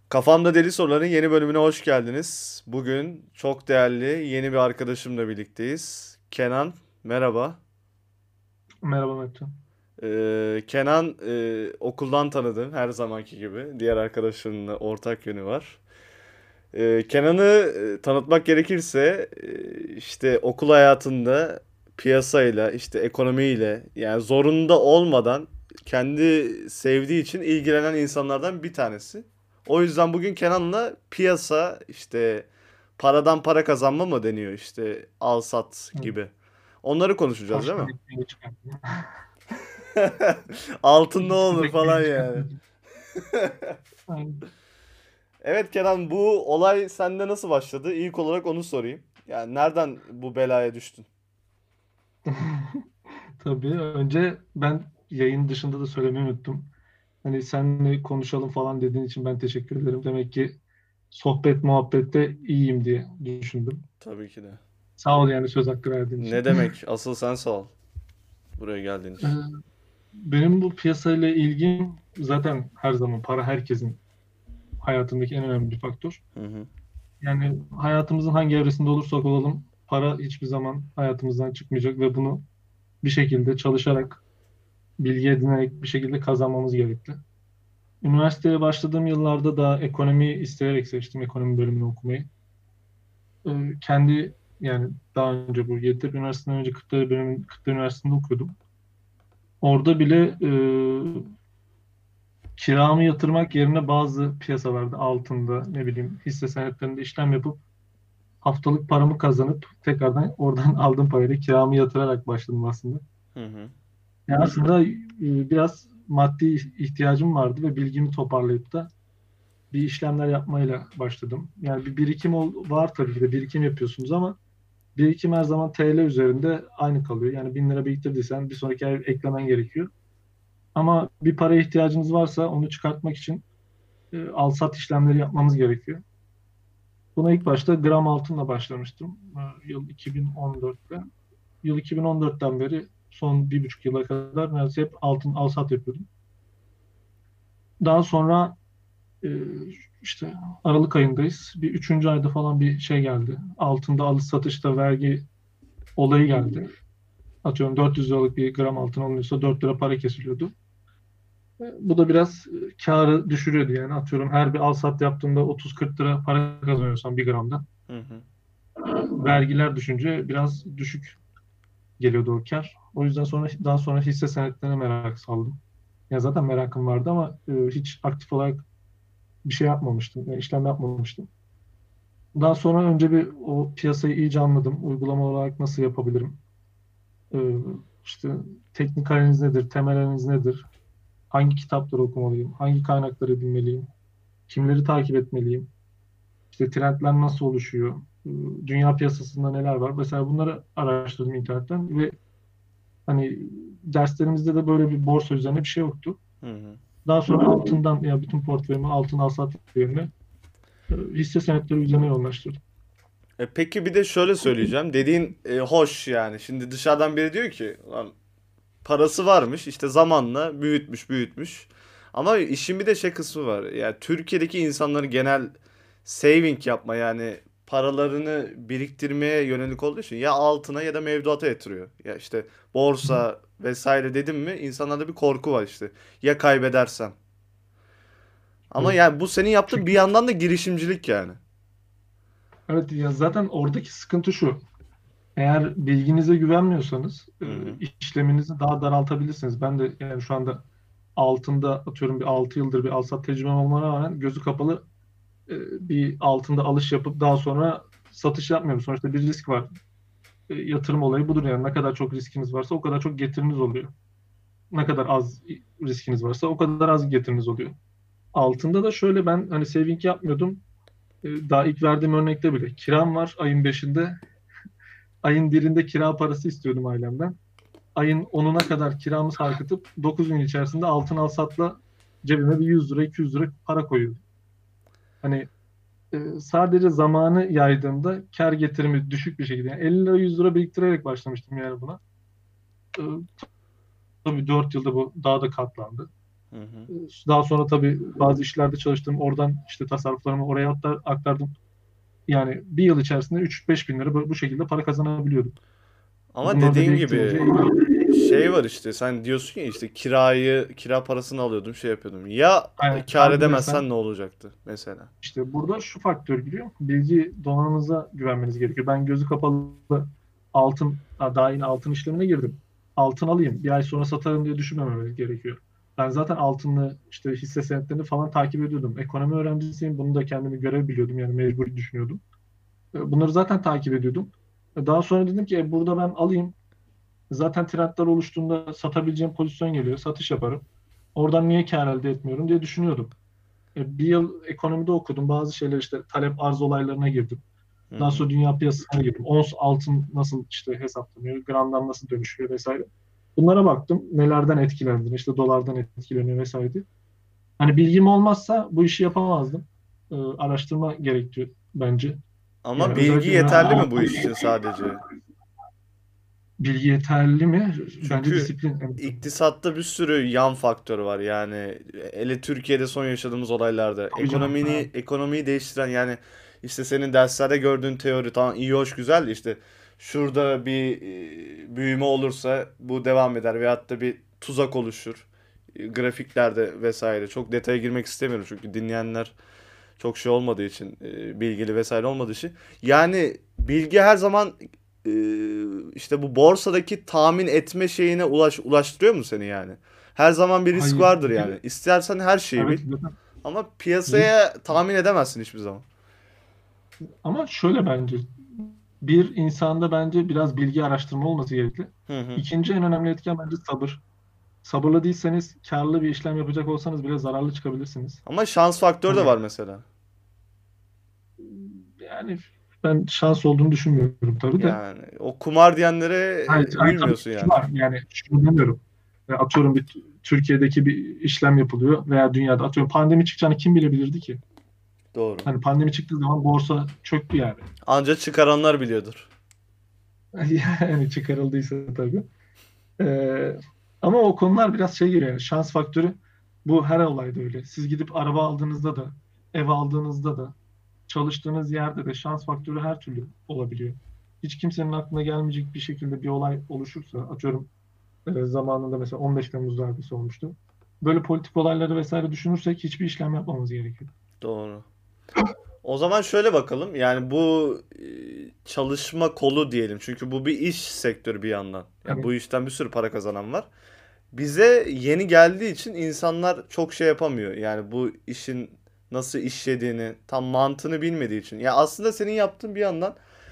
Kafamda Deli Soruların yeni bölümüne hoş geldiniz. Bugün çok değerli yeni bir arkadaşımla birlikteyiz. Kenan, merhaba. Merhaba Metin. Kenan okuldan tanıdığım her zamanki gibi. Diğer arkadaşlarımla ortak yönü var. Kenan'ı tanıtmak gerekirse işte okul hayatında piyasayla, işte ekonomiyle yani zorunda olmadan kendi sevdiği için ilgilenen insanlardan bir tanesi. O yüzden bugün Kenan'la piyasa işte paradan para kazanma mı deniyor işte al sat Evet, gibi. Onları konuşacağız değil mi? taştan ekmeği çıkarttım. Altın ne İkisi de olur falan ekmeği yani. çıkarttım. Aynen. Evet Kenan, bu olay sende nasıl başladı? İlk olarak onu sorayım. Yani nereden bu belaya düştün? Tabii önce ben yayın dışında da söylemeyi unuttum. Hani seninle konuşalım falan dediğin için ben teşekkür ederim. Demek ki sohbet muhabbette iyiyim diye düşündüm. Tabii ki de. Sağ ol yani söz hakkı verdiğin için. Ne demek? Asıl sen sağ ol. Buraya geldiğin Ee, için. Benim bu piyasayla ilgim zaten her zaman para herkesin hayatındaki en önemli bir faktör. Hı hı. Yani hayatımızın hangi evresinde olursak olalım para hiçbir zaman hayatımızdan çıkmayacak ve bunu bir şekilde çalışarak, bilgi edinerek bir şekilde kazanmamız gerekli. Üniversiteye başladığım yıllarda da ekonomi isteyerek seçtim, ekonomi bölümünü okumayı. Kendi yani daha önce bu Yeditepe Üniversitesi'nden önce Kırklareli Üniversitesi'nde okuyordum. Orada bile kiramı yatırmak yerine bazı piyasalarda altında ne bileyim hisse senetlerinde işlem yapıp haftalık paramı kazanıp tekrardan oradan aldığım parayla kiramı yatırarak başladım aslında. Hı hı. Yani aslında biraz maddi ihtiyacım vardı ve bilgimi toparlayıp da bir işlemler yapmayla başladım. Yani bir birikim var tabii ki de birikim yapıyorsunuz ama birikim her zaman TL üzerinde aynı kalıyor. Yani 1.000 lira biriktirdiysen bir sonraki ay eklemen gerekiyor. Ama bir paraya ihtiyacınız varsa onu çıkartmak için al-sat işlemleri yapmanız gerekiyor. Buna ilk başta gram altınla başlamıştım. Yıl 2014'te. Yıl 2014'ten beri son 1,5 yıla kadar neredeyse hep altın al-sat yapıyordum. Daha sonra e, işte Aralık ayındayız. Bir üçüncü ayda falan bir şey geldi. Altında alış satışta vergi olayı geldi. Atıyorum 400 liralık bir gram altın alınıyorsa 4 lira para kesiliyordu. Bu da biraz karı düşürüyordu yani. Atıyorum her bir al sat yaptığında 30-40 lira para kazanıyorsan bir gramdan. Hı hı. Vergiler düşünce biraz düşük geliyordu o kar. O yüzden daha sonra hisse senetlerine merak saldım. Ya zaten merakım vardı ama hiç aktif olarak bir şey yapmamıştım. Yani işlem yapmamıştım. Daha sonra önce bir o piyasayı iyice anladım. Uygulama olarak nasıl yapabilirim? E, işte teknik analiz nedir? Temel analiz nedir? Hangi kitapları okumalıyım? Hangi kaynakları edinmeliyim? Kimleri takip etmeliyim? İşte trendler nasıl oluşuyor? Dünya piyasasında neler var? Mesela bunları araştırdım internetten ve hani derslerimizde de böyle bir borsa üzerine bir şey yoktu. Hı hı. Daha sonra altından ya bütün portföyümü altın alsat yerine hisse senetleri üzerine yoğunlaştırdım. Peki bir de şöyle söyleyeceğim. Dediğin hoş yani. Şimdi dışarıdan biri diyor ki lan parası varmış işte zamanla büyütmüş büyütmüş. Ama işin bir de şey kısmı var. Yani Türkiye'deki insanların genel saving yapma yani paralarını biriktirmeye yönelik olduğu için ya altına ya da mevduata yatırıyor. Ya işte borsa vesaire dedim mi insanlarda bir korku var işte. Ya kaybedersem. Ama Evet. yani bu senin yaptığın bir Çünkü yandan da girişimcilik yani. evet ya zaten oradaki sıkıntı şu. Eğer bilginize güvenmiyorsanız Hı hı. işleminizi daha daraltabilirsiniz. Ben de yani şu anda altında atıyorum bir 6 yıldır bir alsat tecrübem olmana rağmen gözü kapalı bir altında alış yapıp daha sonra satış yapmıyorum. Sonuçta bir risk var. Yatırım olayı budur yani. Ne kadar çok riskiniz varsa o kadar çok getiriniz oluyor. Ne kadar az riskiniz varsa o kadar az getiriniz oluyor. Altında da şöyle ben hani saving yapmıyordum. Daha ilk verdiğim örnekte bile kiram var ayın 5'inde. Ayın 1'inde kira parası istiyordum ailemden. Ayın 10'una kadar kiramı sarkıtıp 9 gün içerisinde altın al satla cebime bir 100 lira 200 lira para koyuyordum. Hani sadece zamanı yaydığımda kar getirimi düşük bir şekilde. Yani 50 lira 100 lira biriktirerek başlamıştım yani buna. E, tabii 4 yılda bu daha da katlandı. Hı hı. Daha sonra tabii bazı işlerde çalıştım. Oradan işte tasarruflarımı oraya aktardım. Yani bir yıl içerisinde 3-5 bin lira bu şekilde para kazanabiliyordum. Ama Bunları da dediğin biriktirince gibi şey var işte, sen diyorsun ya işte kira parasını alıyordum, şey yapıyordum. Ya yani kar harbi mesela edemezsen ne olacaktı mesela? işte burada şu faktör giriyor. Bilgi donanımınıza güvenmeniz gerekiyor. Ben gözü kapalı daha yeni altın işlemine girdim. Altın alayım, bir ay sonra satarım diye düşünmememiz gerekiyor. Ben zaten altınlı işte hisse senetlerini falan takip ediyordum. Ekonomi öğrencisiyim. Bunu da kendimi görev biliyordum. Yani mecburi düşünüyordum. Bunları zaten takip ediyordum. Daha sonra dedim ki burada ben alayım. Zaten trendler oluştuğunda satabileceğim pozisyon geliyor. Satış yaparım. Oradan niye kar elde etmiyorum diye düşünüyordum. Bir yıl ekonomide okudum. Bazı şeyler işte talep arz olaylarına girdim. Hı Daha hı. sonra dünya piyasasına girdim. Ons altın nasıl işte hesaplanıyor, gramdan nasıl dönüşüyor vesaire. Bunlara baktım. Nelerden etkilendim, işte dolardan etkileniyor vesaire. Hani bilgim olmazsa bu işi yapamazdım. Araştırma gerekiyor bence. Yani Ama bilgi özellikle yeterli mi bu üniversite iş için sadece? bilgi yeterli mi? Bence Çünkü disiplin. iktisatta bir sürü yan faktör var. Yani hele Türkiye'de son yaşadığımız olaylarda Tabii canım. Ha, ekonomiyi değiştiren, yani işte senin derslerde gördüğün teori tamam, iyi hoş güzel de işte şurada bir büyüme olursa bu devam eder veyahut da bir tuzak oluşur. Grafiklerde vesaire çok detaya girmek istemiyorum çünkü dinleyenler çok şey olmadığı için, bilgili vesaire olmadığı için. Yani bilgi her zaman e, işte bu borsadaki tahmin etme şeyine ulaştırıyor mu seni yani? Her zaman bir risk hayır. vardır yani. İstersen her şeyi Evet bil zaten ama risk. piyasaya tahmin edemezsin hiçbir zaman. Ama şöyle bence bir insanda bence biraz bilgi araştırma olması gerekli. Hı hı. İkinci en önemli etken bence sabır. Sabırlı değilseniz karlı bir işlem yapacak olsanız bile zararlı çıkabilirsiniz. Ama şans faktörü de Hani var mesela. yani ben şans olduğunu düşünmüyorum tabii de. Yani o kumar diyenlere Hayır, tabii uymuyorsun şu yani. var yani şunu demiyorum. Atıyorum Türkiye'deki bir işlem yapılıyor veya dünyada atıyorum pandemi çıkacağını kim bilebilirdi ki? Doğru. Hani pandemi çıktığı zaman borsa çöktü yani. Anca çıkaranlar biliyordur. Yani çıkarıldıysa tabii. Ee, ama o konular biraz şey geliyor yani şans faktörü bu her olayda öyle. Siz gidip araba aldığınızda da ev aldığınızda da çalıştığınız yerde de şans faktörü her türlü olabiliyor. Hiç kimsenin aklına gelmeyecek bir şekilde bir olay oluşursa atıyorum zamanında mesela 15 Temmuz darbesi olmuştu. Böyle politik olayları vesaire düşünürsek hiçbir işlem yapmamız gerekiyor. Doğru. O zaman şöyle bakalım. Yani bu çalışma kolu diyelim. Çünkü bu bir iş sektörü bir yandan. Yani Yani bu işten bir sürü para kazanan var. Bize yeni geldiği için insanlar çok şey yapamıyor. Yani bu işin nasıl işlediğini, tam mantığını bilmediği için. Ya aslında senin yaptığın bir yandan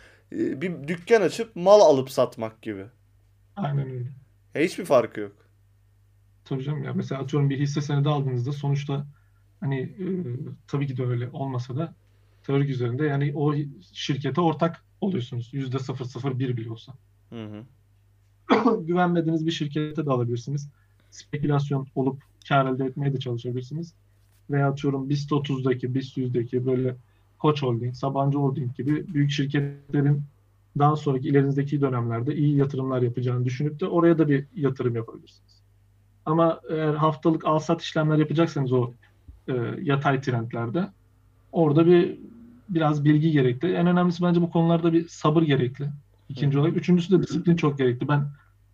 bir dükkan açıp mal alıp satmak gibi. aynen öyle. Ya hiçbir farkı yok. Tabii canım ya mesela atıyorum bir hisse senedi aldığınızda sonuçta hani tabii ki de öyle olmasa da teorik üzerinde yani o şirkete ortak oluyorsunuz. %0,01 bile olsa. Hı hı. Güvenmediğiniz bir şirkete de alabilirsiniz. Spekülasyon olup kar elde etmeye de çalışabilirsiniz. Veya atıyorum BIST 30'daki, BIST 100'deki böyle Koç Holding, Sabancı Holding gibi büyük şirketlerin daha sonraki ilerinizdeki dönemlerde iyi yatırımlar yapacağını düşünüp de oraya da bir yatırım yapabilirsiniz. Ama eğer haftalık al-sat işlemler yapacaksanız o yatay trendlerde orada biraz bilgi gerekli. En önemlisi bence bu konularda bir sabır gerekli. Hı İkinci hı. olarak. Üçüncüsü de disiplin çok gerekli. Ben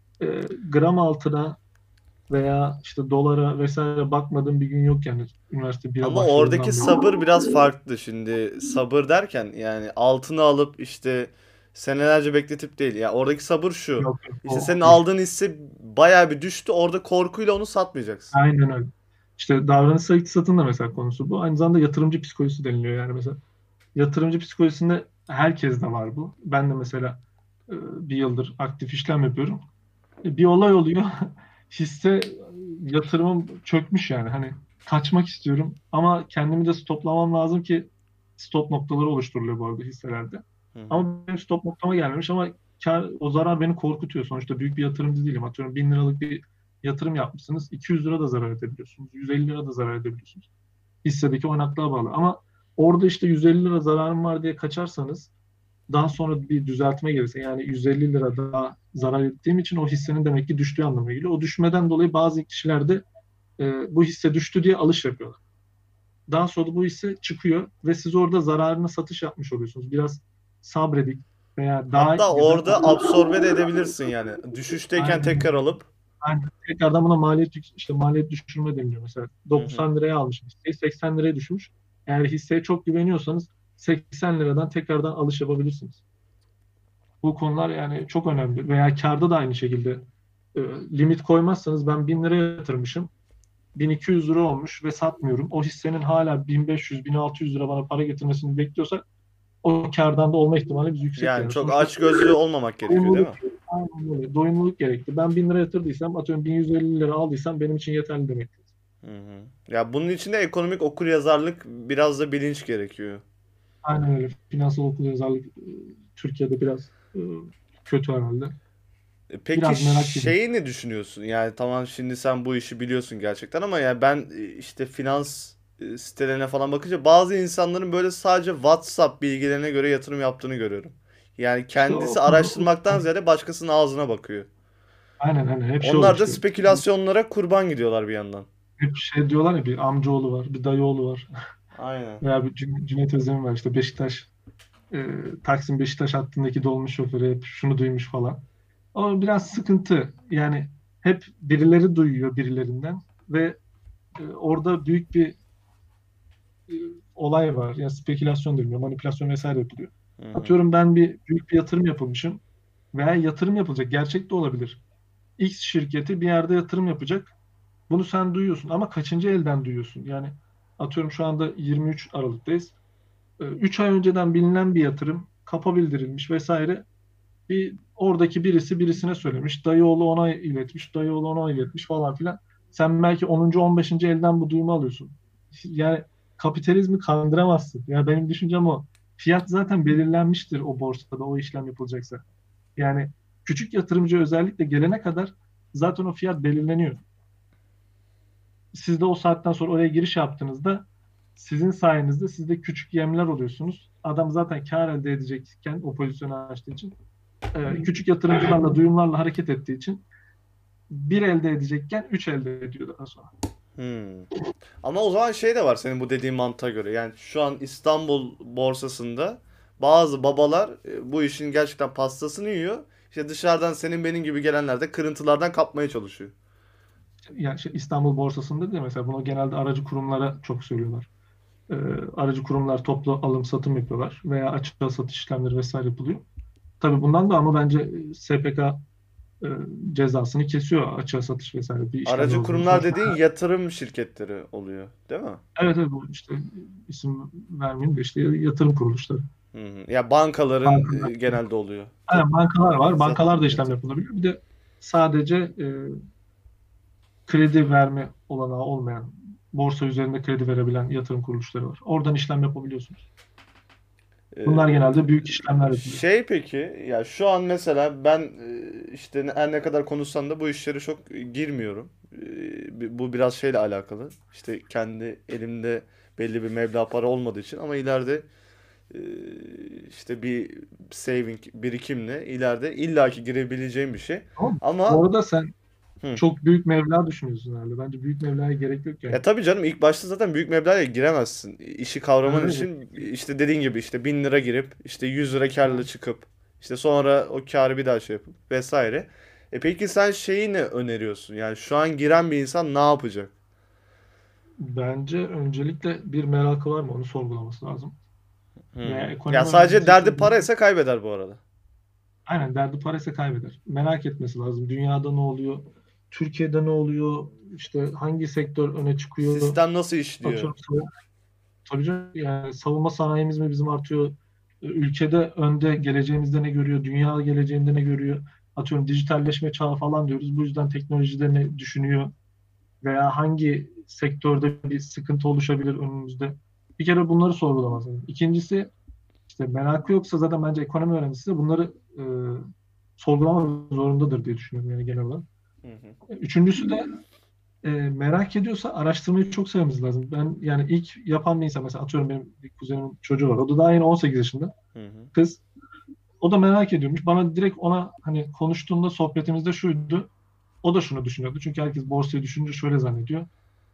gram altına veya işte dolara vesaire bakmadığım bir gün yok yani üniversite 1'e Ama oradaki başladığımdan beri. sabır biraz farklı. Şimdi sabır derken yani altını alıp işte senelerce bekletip değil. Ya oradaki sabır şu. Yok yok İşte o senin değil. aldığın hisse bayağı bir düştü. Orada korkuyla onu satmayacaksın. Aynen öyle. İşte davranışsal iktisatın da mesela konusu bu. Aynı zamanda yatırımcı psikolojisi deniliyor yani mesela. Yatırımcı psikolojisinde herkes de var bu. Ben de mesela bir yıldır aktif işlem yapıyorum. Bir olay oluyor. Hisse yatırımım çökmüş yani. Hani kaçmak istiyorum ama kendimi de stoplamam lazım ki stop noktaları oluşturuluyor bu arada hisselerde. Hı hı. Ama benim stop noktama gelmemiş ama o zarar beni korkutuyor. Sonuçta büyük bir yatırımcı değilim. Atıyorum 1.000 liralık bir yatırım yapmışsınız. 200 lira da zarar edebiliyorsunuz. 150 lira da zarar edebiliyorsunuz. Hissedeki oynaklığa bağlı. Ama orada işte 150 lira zararım var diye kaçarsanız daha sonra bir düzeltme gelirse yani 150 lira daha zarar ettiğim için o hissenin demek ki düştüğü anlamına geliyor. O düşmeden dolayı bazı kişilerde bu hisse düştü diye alış yapıyorlar. Daha sonra bu hisse çıkıyor ve siz orada zararına satış yapmış oluyorsunuz. Biraz sabredip veya daha Hatta güzel. orada absorbe de edebilirsin yani. Düşüşteyken Aynen tekrar öyle. alıp. Aynen. Tekrardan buna işte maliyet düşürme deniliyor mesela. Hı hı. 90 liraya almış hisseyi 80 liraya düşmüş. Eğer hisseye çok güveniyorsanız 80 liradan tekrardan alış yapabilirsiniz. Bu konular yani çok önemli. Veya kârda da aynı şekilde limit koymazsanız ben 1000 liraya yatırmışım. 1200 lira olmuş ve satmıyorum. O hissenin hala 1500-1600 lira bana para getirmesini bekliyorsak o kârdan da olma ihtimalimiz yüksek Yani yani. çok Sonuçta açgözlü olmamak gerekiyor değil doyumluluk, mi? aynen öyle. Doyumluluk gerekti. Ben 1000 lira yatırdıysam atıyorum 1150 lira aldıysam benim için yeterli demektir. Hı hı. Ya bunun için de ekonomik okuryazarlık, biraz da bilinç gerekiyor. Aynen öyle. Finansal okuryazarlık Türkiye'de biraz kötü herhalde. Peki Biraz merak ediyorum. şeyi ne düşünüyorsun? Yani tamam, şimdi sen bu işi biliyorsun gerçekten ama ya ben işte finans sitelerine falan bakınca bazı insanların böyle sadece WhatsApp bilgilerine göre yatırım yaptığını görüyorum. Yani İşte kendisi araştırmaktan ziyade başkasının ağzına bakıyor. aynen hani hep şey olur Onlar da işte. spekülasyonlara kurban gidiyorlar bir yandan. Hep şey diyorlar ya bir amcaoğlu var, bir dayıoğlu var. Aynen. Veya bir Cüneyt Özdemir var işte Beşiktaş, Taksim Beşiktaş hattındaki dolmuş şoförü hep şunu duymuş falan. Ama biraz sıkıntı. Yani hep birileri duyuyor birilerinden ve orada büyük bir e, olay var. Yani spekülasyon deniyor, manipülasyon vesaire yapılıyor. Hı hı. Atıyorum ben büyük bir yatırım yapılmışım veya yatırım yapılacak. Gerçek de olabilir. X şirketi bir yerde yatırım yapacak. Bunu sen duyuyorsun ama kaçıncı elden duyuyorsun? Yani atıyorum şu anda 23 Aralık'tayız. 3 ay önceden bilinen bir yatırım, kapa bildirilmiş vesaire. Oradaki birisi birisine söylemiş. Dayıoğlu ona iletmiş, dayıoğlu ona iletmiş falan filan. Sen belki 10. 15. elden bu duyumu alıyorsun. Yani kapitalizmi kandıramazsın. Yani benim düşüncem o. Fiyat zaten belirlenmiştir o borsada o işlem yapılacaksa. Yani küçük yatırımcı özellikle gelene kadar zaten o fiyat belirleniyor. Siz de o saatten sonra oraya giriş yaptığınızda sizin sayenizde siz de küçük yemler oluyorsunuz. Adam zaten kar elde edecekken o pozisyonu açtığı için küçük yatırımcılarla, duyumlarla hareket ettiği için bir elde edecekken üç elde ediyor daha sonra. Hmm. Ama o zaman şey de var senin bu dediğin mantığa göre. Yani şu an İstanbul borsasında bazı babalar bu işin gerçekten pastasını yiyor. İşte dışarıdan senin benim gibi gelenler de kırıntılardan kapmaya çalışıyor. Yani İstanbul borsasında da mesela bunu genelde aracı kurumlara çok söylüyorlar. E, Aracı kurumlar toplu alım satım yapıyorlar veya açığa satış işlemleri vesaire yapılıyor. Tabii bundan da ama bence SPK e, cezasını kesiyor açığa satış vesaire bir işlemler Aracı olduğunu. kurumlar Sonuçta dediğin yatırım şirketleri oluyor, değil mi? evet, evet bu işte isim vermeyeyim de işte yatırım kuruluşları. Hı hı. Ya bankaların Bankalar, genelde oluyor. yani bankalar var. Bankalar da işlem Yatırım. yapılabiliyor. Bir de sadece kredi verme olanağı olmayan, borsa üzerinde kredi verebilen yatırım kuruluşları var. Oradan işlem yapabiliyorsunuz. Ee, Bunlar genelde büyük işlemler yapılıyor. Şey peki ya şu an mesela ben işte her ne kadar konuşsam da bu işlere çok girmiyorum. Bu biraz şeyle alakalı. İşte kendi elimde belli bir meblağ para olmadığı için ama ileride e, işte bir saving birikimle ileride illaki girebileceğim bir şey. Tamam mı? Bu Ama arada sen hı. çok büyük meblağ düşünüyorsun herhalde. Bence büyük meblağa gerek yok yani. Ya tabii canım, ilk başta zaten büyük meblağla giremezsin. İşi kavraman Evet, evet. için işte dediğin gibi işte 1000 lira girip işte 100 lira karla çıkıp işte sonra o karı bir daha şey yapıp vesaire. Peki sen şeyi ne öneriyorsun? Yani şu an giren bir insan ne yapacak? Bence öncelikle bir merakı var mı onu sorgulaması lazım. Hı Veya hı. Ya ekonomi sadece öğrenmesi derdi için paraysa kaybeder bu arada. aynen derdi paraysa kaybeder. Merak etmesi lazım. Dünyada ne oluyor? Türkiye'de ne oluyor? İşte hangi sektör öne çıkıyor? Sistem nasıl işliyor? Atıyorum tabii canım, yani savunma sanayimiz mi bizim artıyor? Ülkede önde geleceğimizde ne görüyor? Dünya geleceğinde ne görüyor? Atıyorum dijitalleşme çağı falan diyoruz. Bu yüzden teknolojide ne düşünüyor? Veya hangi sektörde bir sıkıntı oluşabilir önümüzde? Bir kere bunları sorgulamaz lazım. İkincisi işte merakı yoksa zaten bence ekonomi öğrencisi de bunları e, sorgulamak zorundadır diye düşünüyorum yani genel olarak. Hı hı. Üçüncüsü de merak ediyorsa araştırmayı çok sevmemiz lazım. Ben yani ilk yapan bir insan mesela atıyorum benim bir kuzenimin çocuğu var. O da daha yeni 18 yaşında Hı hı. kız. O da merak ediyormuş. Bana direkt ona hani konuştuğunda sohbetimizde şuydu. O da şunu düşünüyordu. Çünkü herkes borsayı düşününce şöyle zannediyor.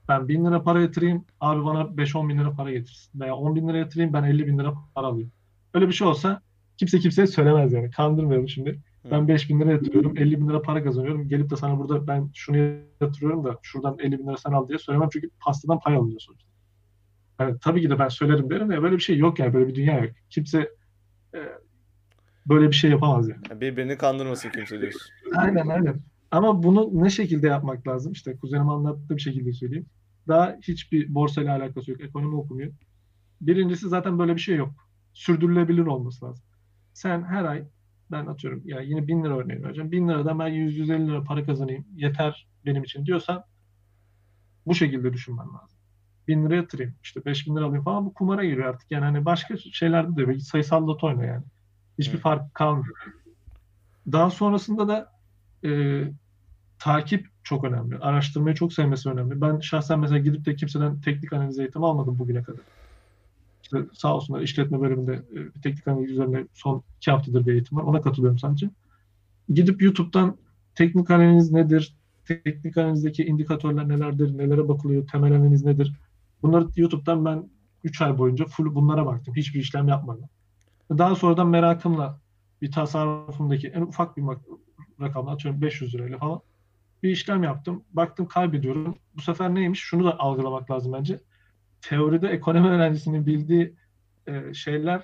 Ben 1.000 lira para yatırayım, abi bana 5-10 bin lira para getirsin. Veya 10 bin lira yatırayım, ben 50 bin lira para alayım. Öyle bir şey olsa kimse kimseye söylemez yani. Kandırmayalım şimdi. Hı. Ben 5 bin lira yatırıyorum, 50 bin lira para kazanıyorum. Gelip de sana burada ben şunu yatırıyorum da şuradan 50 bin lira sen al diye söylemem. Çünkü pastadan pay alınıyor sonuçta. Yani tabii ki de ben söylerim derim de böyle bir şey yok yani. Böyle bir dünya yok. Kimse e, böyle bir şey yapamaz yani. Ya birbirini kandırmasın kimse diyorsun. Aynen aynen. Ama bunu ne şekilde yapmak lazım? İşte kuzenim anlattığı bir şekilde söyleyeyim. Daha hiçbir borsayla alakası yok. Ekonomi okumuyor. Birincisi zaten böyle bir şey yok. Sürdürülebilir olması lazım. Sen her ay ben atıyorum ya yine 1.000 lira örneğin vereceğim. 1.000 liradan ben 100-150 lira para kazanayım. Yeter benim için diyorsan bu şekilde düşünmen lazım. 1.000 lira yatırayım. İşte 5.000 lira alayım falan bu kumara giriyor artık. Yani hani başka şeylerde de böyle sayısal loto oyna yani. Hı Hiçbir hı. fark kalmıyor. Daha sonrasında da e, takip çok önemli. Araştırmayı çok sevmesi önemli. Ben şahsen mesela gidip de kimseden teknik analiz eğitimi almadım bugüne kadar. İşte sağ olsunlar işletme bölümünde bir teknik analiz üzerine son 2 haftadır bir eğitim var. Ona katılıyorum sadece. Gidip YouTube'dan teknik analiz nedir? Teknik analizdeki indikatörler nelerdir? Nelere bakılıyor? Temel analiz nedir? Bunları YouTube'dan ben 3 ay boyunca full bunlara baktım. Hiçbir işlem yapmadan. Daha sonradan merakımla bir tasarrufumdaki en ufak bir rakamla atıyorum 500 lirayla falan bir işlem yaptım. Baktım kaybediyorum. Bu sefer neymiş? Şunu da algılamak lazım bence. Teoride ekonomi öğrencisinin bildiği şeyler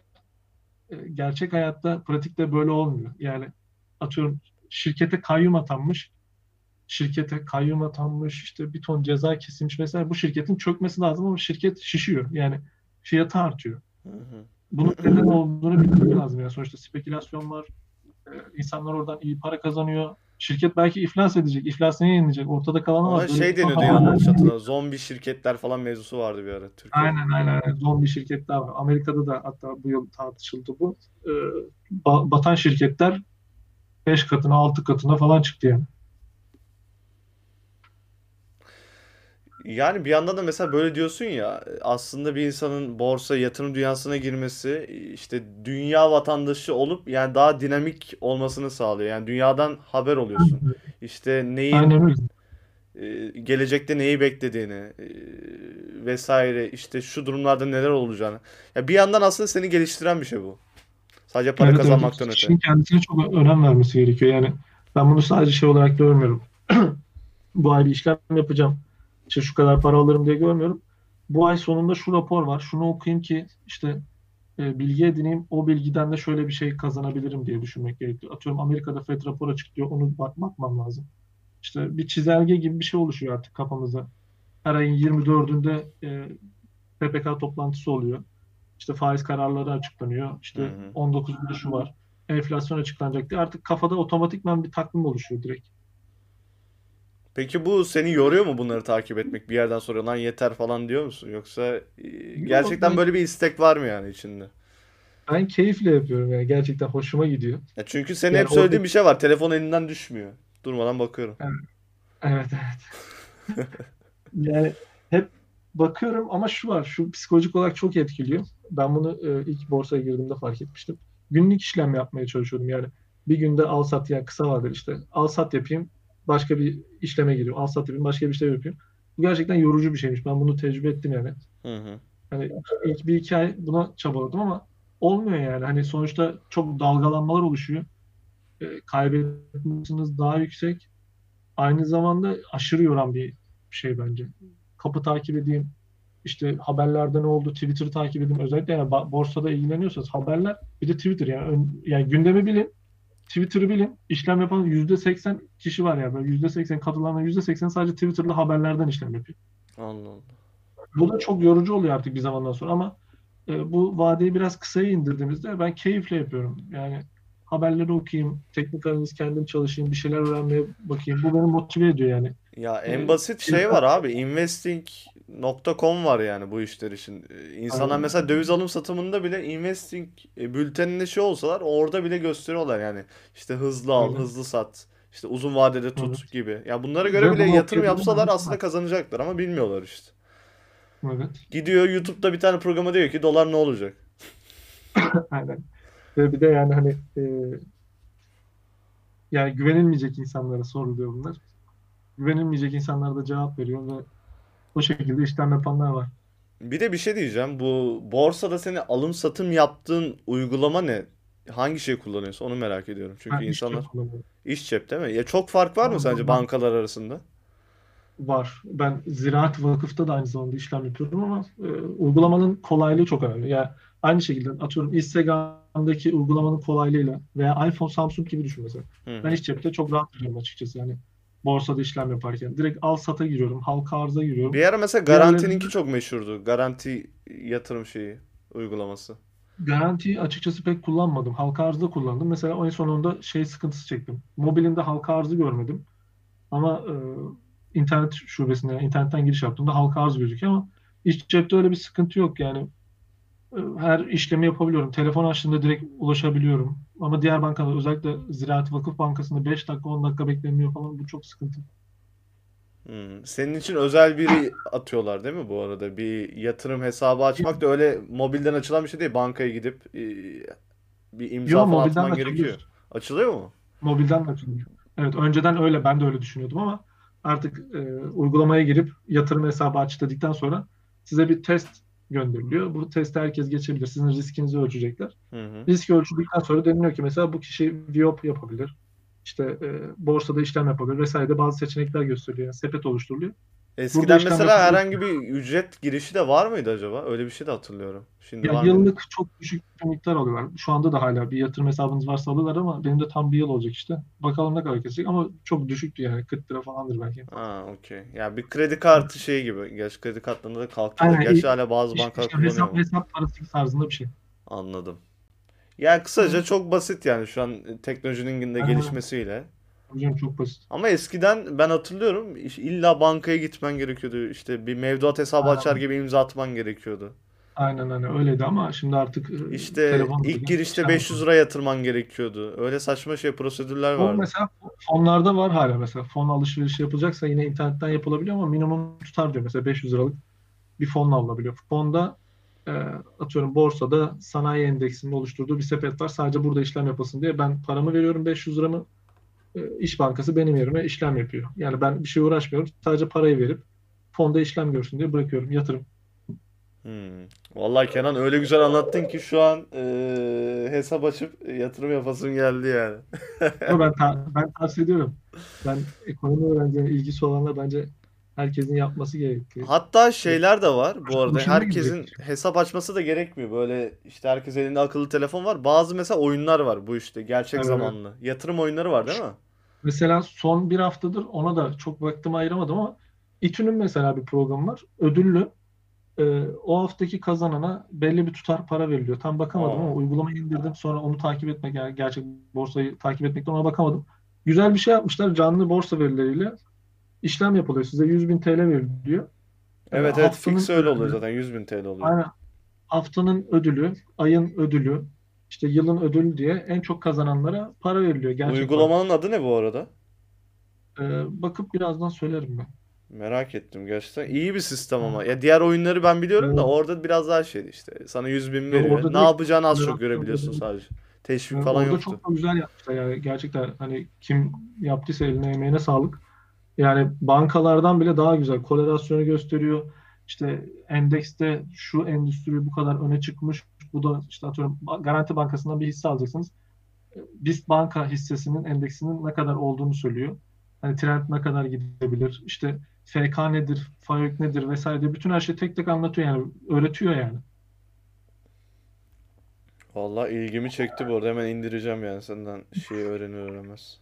gerçek hayatta, pratikte böyle olmuyor. Yani atıyorum şirkete kayyum atanmış, şirkete kayyum atanmış, işte bir ton ceza kesilmiş mesela bu şirketin çökmesi lazım ama şirket şişiyor. Yani fiyatı artıyor. Hı hı. Bunun neden olduğunu bilmek lazım. Yani sonuçta spekülasyon var. İnsanlar oradan iyi para kazanıyor. Şirket belki iflas edecek. İflas neye yenilecek? Ortada kalan Ona böyle şey son deniyordu yanlış haberler. hatırlamıyorum. Zombi şirketler falan mevzusu vardı bir ara Türkiye'de. Aynen aynen. Zombi şirketler var. Amerika'da da hatta bu yıl tartışıldı bu. Ee, batan şirketler 5 katına 6 katına falan çıktı yani. Yani bir yandan da mesela böyle diyorsun ya aslında bir insanın borsa yatırım dünyasına girmesi işte dünya vatandaşı olup yani daha dinamik olmasını sağlıyor. Yani dünyadan haber oluyorsun. İşte neyin Aynen öyle. gelecekte neyi beklediğini vesaire işte şu durumlarda neler olacağını. Ya bir yandan aslında seni geliştiren bir şey bu. Sadece para Evet evet. kazanmaktan öte. Kişinin kendisine çok önem vermesi gerekiyor. Yani ben bunu sadece şey olarak görmüyorum. Bu ay bir işlem yapacağım. İşte şu kadar para alırım diye görmüyorum. Bu ay sonunda şu rapor var. Şunu okuyayım ki işte bilgi edineyim. O bilgiden de şöyle bir şey kazanabilirim diye düşünmek gerekiyor. Atıyorum Amerika'da FED raporu açıklıyor. Onu bakmam lazım. İşte bir çizelge gibi bir şey oluşuyor artık kafamızda. Her ayın 24'ünde PPK toplantısı oluyor. İşte faiz kararları açıklanıyor. Hı İşte hı. 19'unda şu var. Enflasyon açıklanacak diye artık kafada otomatikman bir takvim oluşuyor direkt. Peki bu seni yoruyor mu bunları takip etmek? Bir yerden sonra lan yeter falan diyor musun? Yoksa Yo, gerçekten böyle bir istek var mı yani içinde? ben keyifle yapıyorum yani gerçekten hoşuma gidiyor. Ya çünkü senin Yani hep orada söylediğin bir şey var. Telefon elinden düşmüyor. Durmadan bakıyorum. evet evet. Yani hep bakıyorum ama şu var, şu psikolojik olarak çok etkiliyor. Ben bunu ilk borsaya girdiğimde fark etmiştim. Günlük işlem yapmaya çalışıyordum yani. Bir günde al sat yani kısa vadeli işte. Al sat yapayım, başka bir işleme giriyorum. Al sat yapayım, başka bir işlem yapayım. Bu gerçekten yorucu bir şeymiş. Ben bunu tecrübe ettim yani. Hı hı. Hani ilk 1-2 ay buna çabaladım ama olmuyor yani. Hani sonuçta çok dalgalanmalar oluşuyor. Kaybetmesiniz daha yüksek. Aynı zamanda aşırı yoran bir şey bence. Kapı takip edeyim, işte haberlerde ne oldu, Twitter'ı takip edeyim. Özellikle yani borsada ilgileniyorsanız haberler bir de Twitter yani yani gündemi bilin, Twitter'ı bilin. İşlem yapan %80 kişi var ya böyle %80 katılanların %80 sadece Twitter'da haberlerden işlem yapıyor. Allah Allah. Bu da çok yorucu oluyor artık bir zamandan sonra ama bu vadeyi biraz kısaya indirdiğimizde ben keyifle yapıyorum. Yani haberleri okuyayım, teknik analiz kendim çalışayım, bir şeyler öğrenmeye bakayım. Bu beni motive ediyor yani. Ya en E, basit şey fiyata- var abi. Investing.com var yani bu işler için. İnsanlar Aynen. mesela döviz alım satımında bile investing bülteninde şey olsalar orada bile gösteriyorlar yani. İşte hızlı al, Öyle. hızlı sat. İşte uzun vadede tut Evet. gibi. Ya bunlara göre Ve bile bunu yatırım okuyabilen yapsalar insanlar. aslında kazanacaklar ama bilmiyorlar işte. Evet. Gidiyor YouTube'da bir tane programa diyor ki dolar ne olacak? Aynen. Ve bir de yani hani güvenilmeyecek insanlara soruluyor bunlar. Güvenilmeyecek insanlar da cevap veriyor ve O şekilde işlem yapanlar var. Bir de bir şey diyeceğim. Bu borsada senin alım satım yaptığın uygulama ne? Hangi şey kullanıyorsun? Onu merak ediyorum. Çünkü Ben iş cep insanlar kullanıyorum. iş cep değil mi? Ya çok fark var mı Ama sence bankalar arasında? var. Ben Ziraat Vakıf'ta da aynı zamanda işlem yapıyorum ama uygulamanın kolaylığı çok önemli. Yani aynı şekilde atıyorum Instagram'daki uygulamanın kolaylığıyla veya iPhone, Samsung gibi düşün mesela. Hı Ben hı. iş cepte çok rahat giriyorum açıkçası. Yani borsada işlem yaparken. Direkt al sata giriyorum. Halka arza giriyorum. Bir ara mesela Diğerlerinde Garanti'ninki çok meşhurdu. Garanti yatırım şeyi uygulaması. garantiyi açıkçası pek kullanmadım. Halka arzda kullandım. Mesela en sonunda şey sıkıntısı çektim. Mobilinde halka arzı görmedim. Ama internet şubesinde, yani internetten giriş yaptığımda halka arz gözüküyor ama iç cepte öyle bir sıkıntı yok. Yani her işlemi yapabiliyorum. Telefon açtığımda direkt ulaşabiliyorum. Ama diğer bankalar özellikle Ziraat Vakıf Bankası'nda 5 dakika 10 dakika bekleniyor falan. Bu çok sıkıntı. Senin için özel biri atıyorlar değil mi bu arada? Bir yatırım hesabı açmak da öyle mobilden açılan bir şey değil. Bankaya gidip bir imza Yo, falan mobilden de atman gerekiyor. açabiliyorsun. Açılıyor mu? Mobilden de açılıyor. Evet, önceden öyle, ben de öyle düşünüyordum ama artık uygulamaya girip yatırım hesabı aç dedikten sonra size bir test gönderiliyor. Bu testi herkes geçebilir. Sizin riskinizi ölçecekler. Hı hı. Riski ölçüldükten sonra deniliyor ki mesela bu kişi VIOP yapabilir. İşte borsada işlem yapabilir vesaire, bazı seçenekler gösteriliyor. Yani sepet oluşturuluyor. Burada Eskiden işlem mesela yapabilir. herhangi bir ücret girişi de var mıydı acaba? Öyle bir şey de hatırlıyorum. Şimdi Ya var mı? yıllık çok düşük bir miktar alıyorlar. Şu anda da hala bir yatırım hesabınız varsa alıyorlar ama benim de tam bir yıl olacak işte. Bakalım ne kadar kesecek ama çok düşüktü yani. 40 lira falandır belki en fazla. Ha, okey. Ya bir kredi kartı şeyi gibi. Gerçi kredi kartlarında da kalktı da. Aynen. Gerçi hala bazı bankalar İşte kullanıyor hesap ama. hesap parası tarzında bir şey. Anladım. Ya kısaca Ama çok basit yani şu an teknolojinin de aynen. gelişmesiyle. Hocam çok basit. Ama eskiden ben hatırlıyorum illa bankaya gitmen gerekiyordu. İşte bir mevduat hesabı açar Aynen. gibi imza atman gerekiyordu. Aynen hani öyleydi ama şimdi artık İşte telefon ilk bile girişte işlem 500 yapıyor. lira yatırman gerekiyordu. Öyle saçma şey prosedürler O vardı. mesela fonlarda var hala mesela. Fon alışverişi yapılacaksa yine internetten yapılabiliyor ama minimum tutar diyor. Mesela 500 liralık bir fonla alınabiliyor. Fonda e, atıyorum borsada sanayi endeksinin oluşturduğu bir sepet var. Sadece burada işlem yapılsın diye ben paramı veriyorum, 500 liramı, İş Bankası benim yerime işlem yapıyor. Yani ben bir şey uğraşmıyorum. Sadece parayı verip fonda işlem görsün diye bırakıyorum. Yatırım. Hmm. Vallahi Kenan öyle güzel anlattın ki şu an hesap açıp yatırım yapasım geldi yani. Ama ben tavsiye ediyorum. Ben ekonomi öğrencilerine ilgisi olanlar bence herkesin yapması gerektiği. Hatta E, şeyler de var bu arada. Hoşuna da gidecek. Herkesin hesap açması da gerekmiyor. Böyle işte herkes elinde akıllı telefon var. Bazı mesela oyunlar var bu işte gerçek Evet. zamanlı. Yatırım oyunları var değil mi? Mesela son bir haftadır ona da çok vaktimi ayıramadım ama İTÜ'nün mesela bir programı var. Ödüllü. O haftaki kazanana belli bir tutar para veriliyor. Tam bakamadım Aa. ama uygulamayı indirdim. Sonra onu takip etmek, yani gerçek borsayı takip etmekten ona bakamadım. Güzel bir şey yapmışlar. Canlı borsa verileriyle işlem yapılıyor. Size 100 bin TL veriliyor. Evet evet Haftanın fix öyle oluyor zaten 100 bin TL oluyor. aynen, haftanın ödülü, ayın ödülü, işte yılın ödülü diye en çok kazananlara para veriliyor. Gerçek para. Uygulamanın adı ne bu arada? Bakıp birazdan söylerim ben. Merak ettim gerçekten. İyi bir sistem ama. Ee, Ya diğer oyunları ben biliyorum da evet. orada biraz daha şeydi işte. Sana 100 bin veriyor. Orada Ne direkt yapacağını az çok tolerasyon görebiliyorsun ödülü. sadece. Teşvik falan Orada yoktu. çok da güzel yapmışlar yani, gerçekten hani kim yaptıysa eline emeğine sağlık. Yani bankalardan bile daha güzel korelasyonu gösteriyor. İşte endekste şu endüstri bu kadar öne çıkmış. Bu da işte atıyorum Garanti Bankası'ndan bir hisse alacaksınız. BIST banka hissesinin endeksinin ne kadar olduğunu söylüyor. Hani trend ne kadar gidebilir. İşte FK nedir, FAVÖK nedir vesaire diye bütün her şeyi tek tek anlatıyor yani. Öğretiyor yani. Vallahi ilgimi çekti bu arada. Hemen indireceğim yani senden şeyi öğrenir öğrenmez.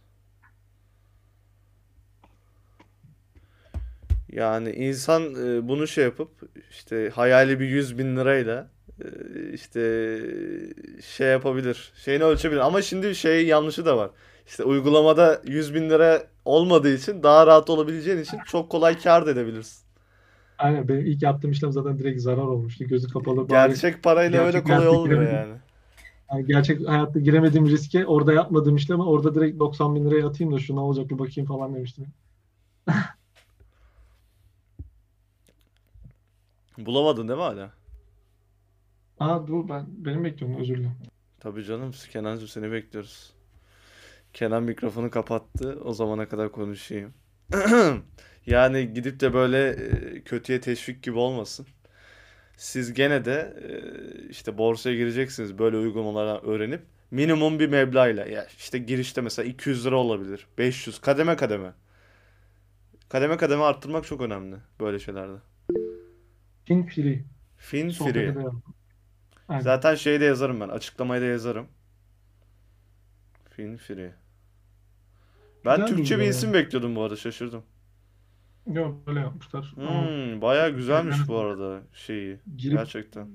Yani insan bunu şey yapıp işte hayali bir 100 bin lirayla işte şey yapabilir. Şeyini ölçebilir. Ama şimdi şey yanlışı da var. İşte uygulamada 100 bin lira olmadığı için daha rahat olabileceğin için çok kolay kâr da edebilirsin. Aynen, benim ilk yaptığım işlem zaten direkt zarar olmuştu. Gözü kapalı bari Gerçek parayla öyle gerçek kolay hayatta olmuyor giremedim. yani. Yani gerçek hayatta giremediğim riske orada yapmadığım işleme orada direkt 90 bin liraya atayım da şu ne olacak bir bakayım falan demiştim. Bulamadın değil mi hala? Dur, benim bekliyorum, özür dilerim. Tabii canım Kenancığım seni bekliyoruz. Kenan mikrofonu kapattı. O zamana kadar konuşayım. Yani gidip de böyle kötüye teşvik gibi olmasın. Siz gene de işte borsaya gireceksiniz böyle uygulamalardan öğrenip minimum bir meblağıyla ya işte girişte mesela 200 lira olabilir. 500 kademe kademe. Kademe kademe arttırmak çok önemli böyle şeylerde. King Free Finfree. sohbeti de yaptım. Aynen. Zaten şeyi de yazarım ben. Açıklamayı da yazarım. Finfree. Ben Güzel bir Türkçe bir uygulama isim yani. bekliyordum bu arada şaşırdım. Yok böyle yapmışlar ama Bayağı ellerine güzelmiş bu sağlık. arada şeyi. Girip Gerçekten.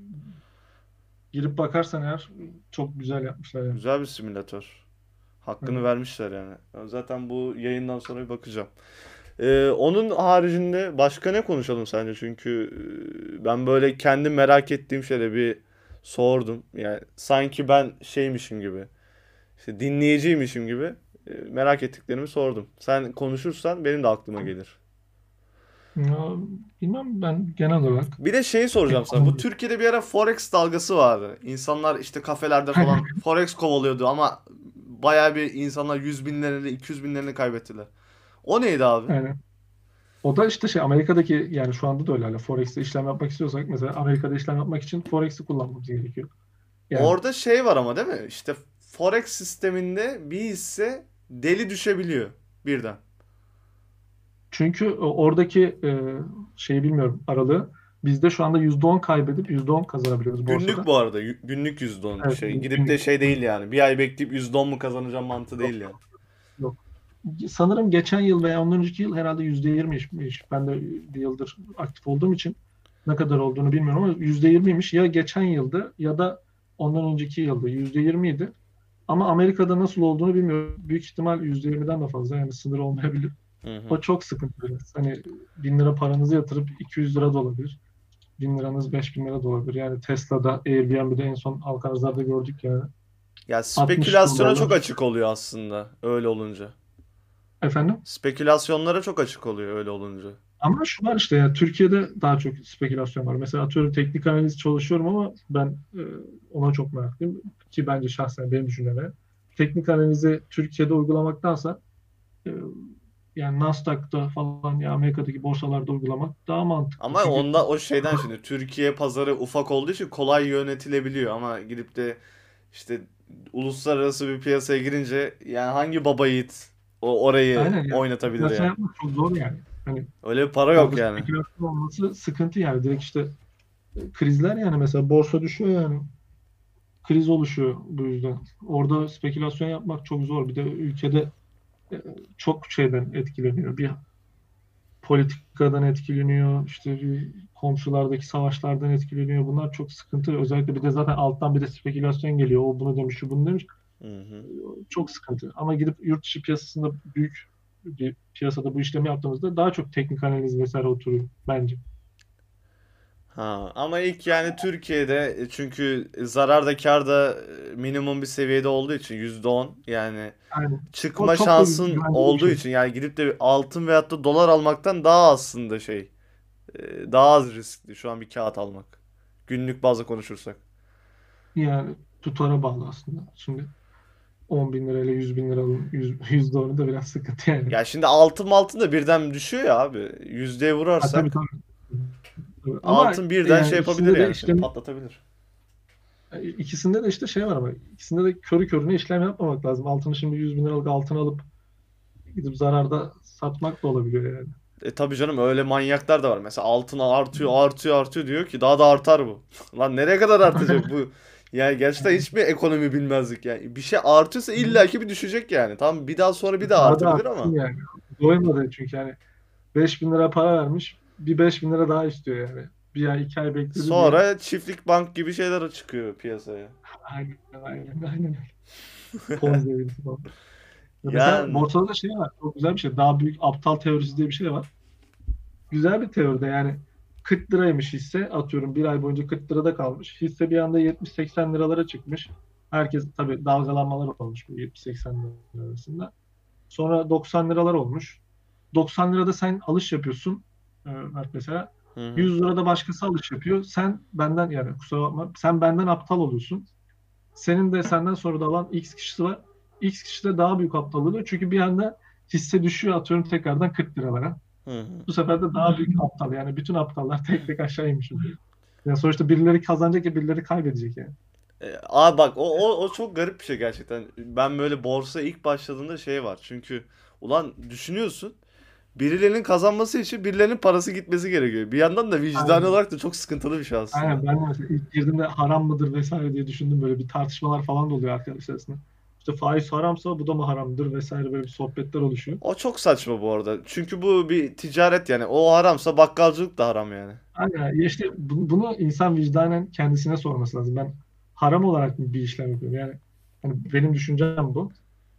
girip bakarsan eğer çok güzel yapmışlar yani. Güzel bir simülatör. Hakkını Evet. vermişler yani. Ben zaten bu yayından sonra bir bakacağım. Onun haricinde başka ne konuşalım sence? Çünkü ben böyle kendi merak ettiğim şeyleri bir sordum. Yani sanki ben şeymişim gibi, işte dinleyiciymişim gibi merak ettiklerimi sordum. Sen konuşursan benim de aklıma gelir. Ya, bilmem ben genel olarak Bir de şeyi soracağım sana. Bu ekonomi. Türkiye'de bir ara Forex dalgası vardı. İnsanlar işte kafelerde falan Forex kovalıyordu ama bayağı bir insanlar 100 binlerini, 200 binlerini kaybettiler. O neydi abi? Yani o da işte şey Amerika'daki yani şu anda da öyle. Hani Forex'te işlem yapmak istiyorsak mesela Amerika'da işlem yapmak için Forex'i kullanmamız gerekiyor. Yani Orada şey var ama değil mi? İşte Forex sisteminde bir hisse deli düşebiliyor birden. çünkü oradaki şeyi bilmiyorum aralığı bizde şu anda %10 kaybedip %10 kazanabiliyoruz Günlük borsada. bu arada. Günlük %10 Evet, şey. Gidip de günlük. şey değil yani. Bir ay bekleyip %10 mu kazanacağım mantığı Yok, değil yani. yok. Sanırım geçen yıl veya ondan önceki yıl herhalde %20'ymiş. Ben de bir yıldır aktif olduğum için ne kadar olduğunu bilmiyorum ama %20'ymiş. Ya geçen yıldı ya da ondan önceki yıldı. %20'ydi. Ama Amerika'da nasıl olduğunu bilmiyorum. Büyük ihtimal %20'den de fazla yani sınır olmayabilir. Hı hı. O çok sıkıntı biraz. Hani 1.000 lira paranızı yatırıp 200 lira da olabilir. 1.000 liranız 5.000 lira da olabilir. Yani Tesla'da, Airbnb'de en son halkanızlarda gördük yani. Ya 60 spekülasyona çok dolarlar. açık oluyor aslında öyle olunca. Efendim? Spekülasyonlara çok açık oluyor öyle olunca. Ama şu var işte yani Türkiye'de daha çok spekülasyon var. Mesela atıyorum teknik analiz çalışıyorum ama ben ona çok meraklıyım. Ki bence şahsen benim düşüncem. Teknik analizi Türkiye'de uygulamaktansa e, yani Nasdaq'ta falan ya Amerika'daki borsalarda uygulamak daha mantıklı. Ama Çünkü onda o şeyden şimdi Türkiye pazarı ufak olduğu için kolay yönetilebiliyor ama gidip de işte uluslararası bir piyasaya girince yani hangi baba yiğit orayı aynen yani oynatabilir spekülasyon yani. yapmak çok zor yani. Hani Öyle bir para orada yok yani. spekülasyon olması sıkıntı yani. Direkt işte krizler yani mesela borsa düşüyor yani. Kriz oluşuyor bu yüzden. Orada spekülasyon yapmak çok zor. Bir de ülkede e, çok şeyden etkileniyor. Bir politikadan etkileniyor. İşte bir komşulardaki savaşlardan etkileniyor. Bunlar çok sıkıntı. Özellikle bir de zaten alttan bir de spekülasyon geliyor. O bunu demiş, şu bunu demiş. Hı hı. Çok sıkıntı. Ama gidip yurt dışı piyasasında büyük bir piyasada bu işlemi yaptığımızda daha çok teknik analiz vesaire oturuyor bence. Ha, ama ilk yani Türkiye'de çünkü zarar da kar da minimum bir seviyede olduğu için %10 yani Yani o çıkma çok da şansın güvenli bir olduğu şey. için yani gidip de altın veyahut da dolar almaktan daha aslında şey daha az riskli şu an bir kağıt almak. Günlük bazda konuşursak. Yani tutara bağlı aslında. Şimdi 10 bin lirayla 100 bin liranın %10'u da biraz sıkıntı yani. Ya şimdi altın da birden düşüyor ya abi. Yüzdeye Ha, tabii vurarsak tabii. Tabii. Ama altın birden yani şey yapabilir ikisinde de yani seni işlem patlatabilir. ikisinde de işte şey var ama ikisinde de körü körüne işlem yapmamak lazım. Altını şimdi 100 bin liralık altın alıp gidip zararda satmak da olabiliyor yani. Tabii canım öyle manyaklar da var. Mesela altın artıyor diyor ki daha da artar bu. Lan nereye kadar artacak bu? Yani gerçekten hiç mi ekonomi bilmezlik yani. Bir şey artıyorsa illaki bir düşecek yani. Tamam bir daha sonra bir daha Daha da artabilir artsın ama. yani. Doymadı çünkü yani 5 bin lira para vermiş bir 5 bin lira daha istiyor yani. Bir ay 2 ay bekledi diye. Sonra çiftlik bank gibi şeyler çıkıyor piyasaya. Aynen. Ponzi virüsü falan. Mesela Yani. borsada da şey var. Çok güzel bir şey. Daha büyük aptal teorisi diye bir şey var. Güzel bir teoride yani 40 liraymış hisse atıyorum bir ay boyunca 40 lirada kalmış. Hisse bir anda 70-80 liralara çıkmış. Herkes tabii dalgalanmalar olmuş bu 70-80 lira arasında. Sonra 90 liralar olmuş. 90 lirada sen alış yapıyorsun. Mert mesela Hı hı. 100 lirada başkası alış yapıyor. Sen benden yani kusura bakma sen benden aptal oluyorsun. Senin de senden sonra da alan X kişisi var. X kişi de daha büyük aptal oluyor. Çünkü bir anda hisse düşüyor, atıyorum tekrardan 40 liralara. Hı hı. Bu sefer de daha büyük aptal, yani bütün aptallar tek tek aşağı inmiş oluyor. Yani sonuçta birileri kazanacak ya birileri kaybedecek yani. Abi bak o çok garip bir şey gerçekten. Ben böyle borsaya ilk başladığımda şey var. Çünkü ulan düşünüyorsun. Birilerinin kazanması için birilerinin parası gitmesi gerekiyor. Bir yandan da vicdani Aynen. olarak da çok sıkıntılı bir şey aslında. Aynen, ben de mesela ilk girdiğimde haram mıdır vesaire diye düşündüm, böyle bir tartışmalar falan da oluyor arkadaşlar arasında. İşte faiz haramsa bu da mı haramdır vesaire, böyle bir sohbetler oluşuyor. O çok saçma bu arada. Çünkü bu bir ticaret yani. O haramsa bakkalcılık da haram yani. Aynen. Ya işte bunu insan vicdanen kendisine sorması lazım. Ben haram olarak mı bir işlem yapıyorum? Yani hani benim düşüncem bu.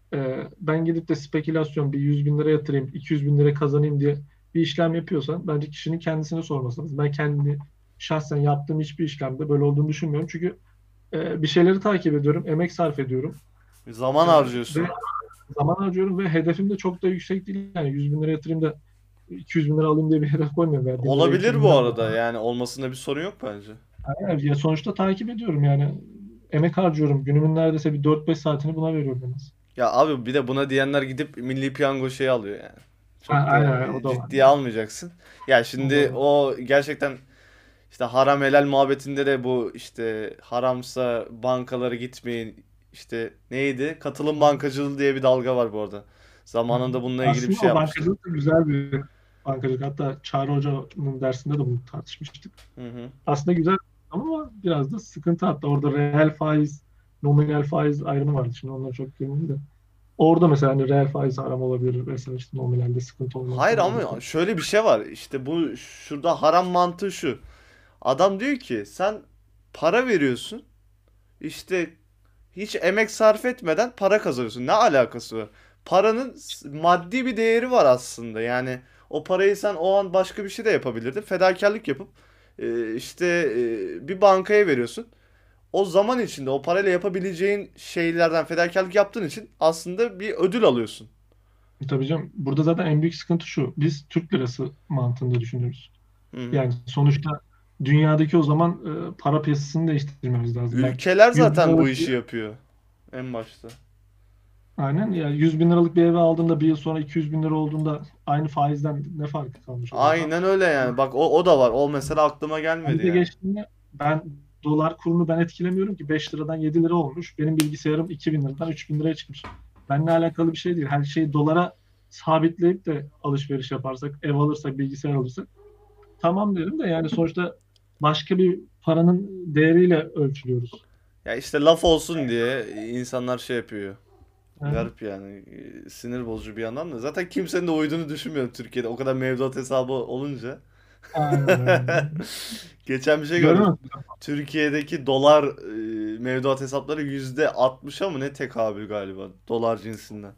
Ben gidip de spekülasyon bir 100 bin lira yatırayım, 200 bin lira kazanayım diye bir işlem yapıyorsa bence kişinin kendisine sorması lazım. Ben kendini şahsen yaptığım hiçbir işlemde böyle olduğunu düşünmüyorum. Çünkü bir şeyleri takip ediyorum, emek sarf ediyorum Zaman ve harcıyorsun. zaman harcıyorum ve hedefim de çok da yüksek değil. Yani 100 bin lira yatırayım da 200 bin lira alayım diye bir hedef koymuyorum. Verdiğim liraya Olabilir 200 bin bu lira arada. alayım. Yani olmasında bir sorun yok bence. Yani ya sonuçta takip ediyorum yani. Emek harcıyorum. Günümün neredeyse bir 4-5 saatini buna veriyorum en az. Ya abi bir de buna diyenler gidip Milli Piyango şeyi alıyor yani. Çok da Aynen, o da var. ciddiye almayacaksın. Ya O da şimdi var. o gerçekten işte haram helal muhabbetinde de bu işte haramsa bankalara gitmeyin. İşte neydi? Katılım bankacılığı diye bir dalga var bu arada. Hı hı. Zamanında bununla ilgili bir Aslında şey o yapmışlar. bankacılık da güzel bir bankacılık. Hatta Çağrı Hoca'nın dersinde de bunu tartışmıştık. Hı hı. Aslında güzel ama biraz da sıkıntı, hatta orada reel faiz, nominal faiz ayrımı vardı. Şimdi onlara çok girmeyeyim de. Orada mesela hani reel faiz haram olabilir vesaire, işte nominalde sıkıntı olmaz Hayır falan gibi. ama şöyle bir şey var. İşte bu şurada haram mantığı şu. Adam diyor ki sen para veriyorsun. İşte hiç emek sarf etmeden para kazanıyorsun. Ne alakası var? Paranın maddi bir değeri var aslında. Yani o parayı sen o an başka bir şey de yapabilirdin. Fedakarlık yapıp işte bir bankaya veriyorsun. O zaman içinde o parayla yapabileceğin şeylerden fedakarlık yaptığın için aslında bir ödül alıyorsun. Tabii canım. Burada zaten en büyük sıkıntı şu. Biz Türk lirası mantığında düşünüyoruz. Hı hı. Yani sonuçta dünyadaki o zaman para piyasasını değiştirmemiz lazım. Ben Ülkeler 100 bin zaten bu liralık bir, işi yapıyor en başta. aynen ya, 100 bin liralık bir eve aldığımda bir yıl sonra 200 bin lira olduğunda aynı faizden ne farkı kalmış oluyor? Aynen öyle yani. Bak o da var. O mesela aklıma gelmedi Faizde yani. geçtiğinde ben dolar kurunu ben etkilemiyorum ki, 5 liradan 7 lira olmuş. Benim bilgisayarım 2 bin liradan 3 bin liraya çıkmış. Benimle alakalı bir şey değil. Her şeyi dolara sabitleyip de alışveriş yaparsak, ev alırsak, bilgisayar alırsak tamam derim de, yani sonuçta başka bir paranın değeriyle ölçülüyoruz. Ya işte laf olsun diye insanlar şey yapıyor. Yani, Garip yani. Sinir bozucu bir yandan da. Zaten kimsenin de uyduğunu düşünmüyorum Türkiye'de. O kadar mevduat hesabı olunca. aynen öyle. Geçen bir şey Görüyor gördüm. musun? Türkiye'deki dolar mevduat hesapları %60'a mı ne tekabül galiba. Dolar cinsinden.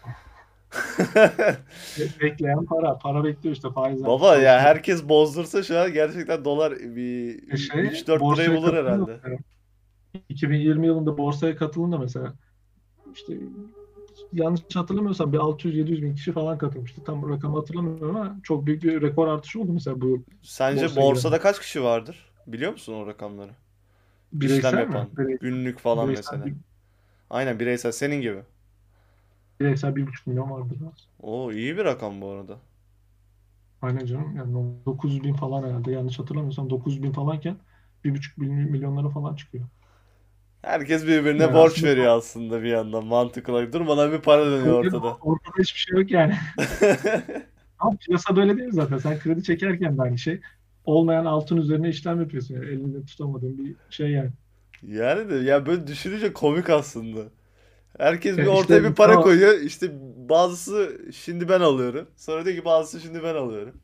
Bekleyen para. Para bekliyor işte, faiz artışı Baba ya çalışmıyor. herkes bozdursa şu an gerçekten dolar bir Şey, 3-4 lirayı borsaya bulur katılım herhalde. da, 2020 yılında borsaya katılım da mesela işte, yanlış hatırlamıyorsam bir 600-700 bin kişi falan katılmıştı. Tam rakamı hatırlamıyorum ama çok büyük bir rekor artışı oldu mesela bu yıl Sence borsaya giren. borsada kaç kişi vardır? Biliyor musun o rakamları? İşlem Bireysel mi? yapan. Günlük falan Bireysel, mesela. Aynen bireysel senin gibi. bireysel 1,5 milyon vardır. Oo iyi bir rakam bu arada. Aynen canım. Yani 900 bin falan herhalde. Yanlış hatırlamıyorsam 900 bin falanken 1,5 milyonlara falan çıkıyor. Herkes birbirine Yani borç aslında veriyor aslında bir yandan mantık olarak. Durmadan bir para dönüyor ortada. ortada hiçbir şey yok yani. Ama piyasa böyle değil zaten. Sen kredi çekerken de aynı şey. Olmayan altın üzerine işlem yapıyorsun. Yani elinde tutamadığın bir şey yani. Yani de ya böyle düşününce komik aslında. Herkes bir İşte ortaya bir para koyuyor. İşte bazısı şimdi ben alıyorum. Sonra diyor ki bazısı şimdi ben alıyorum.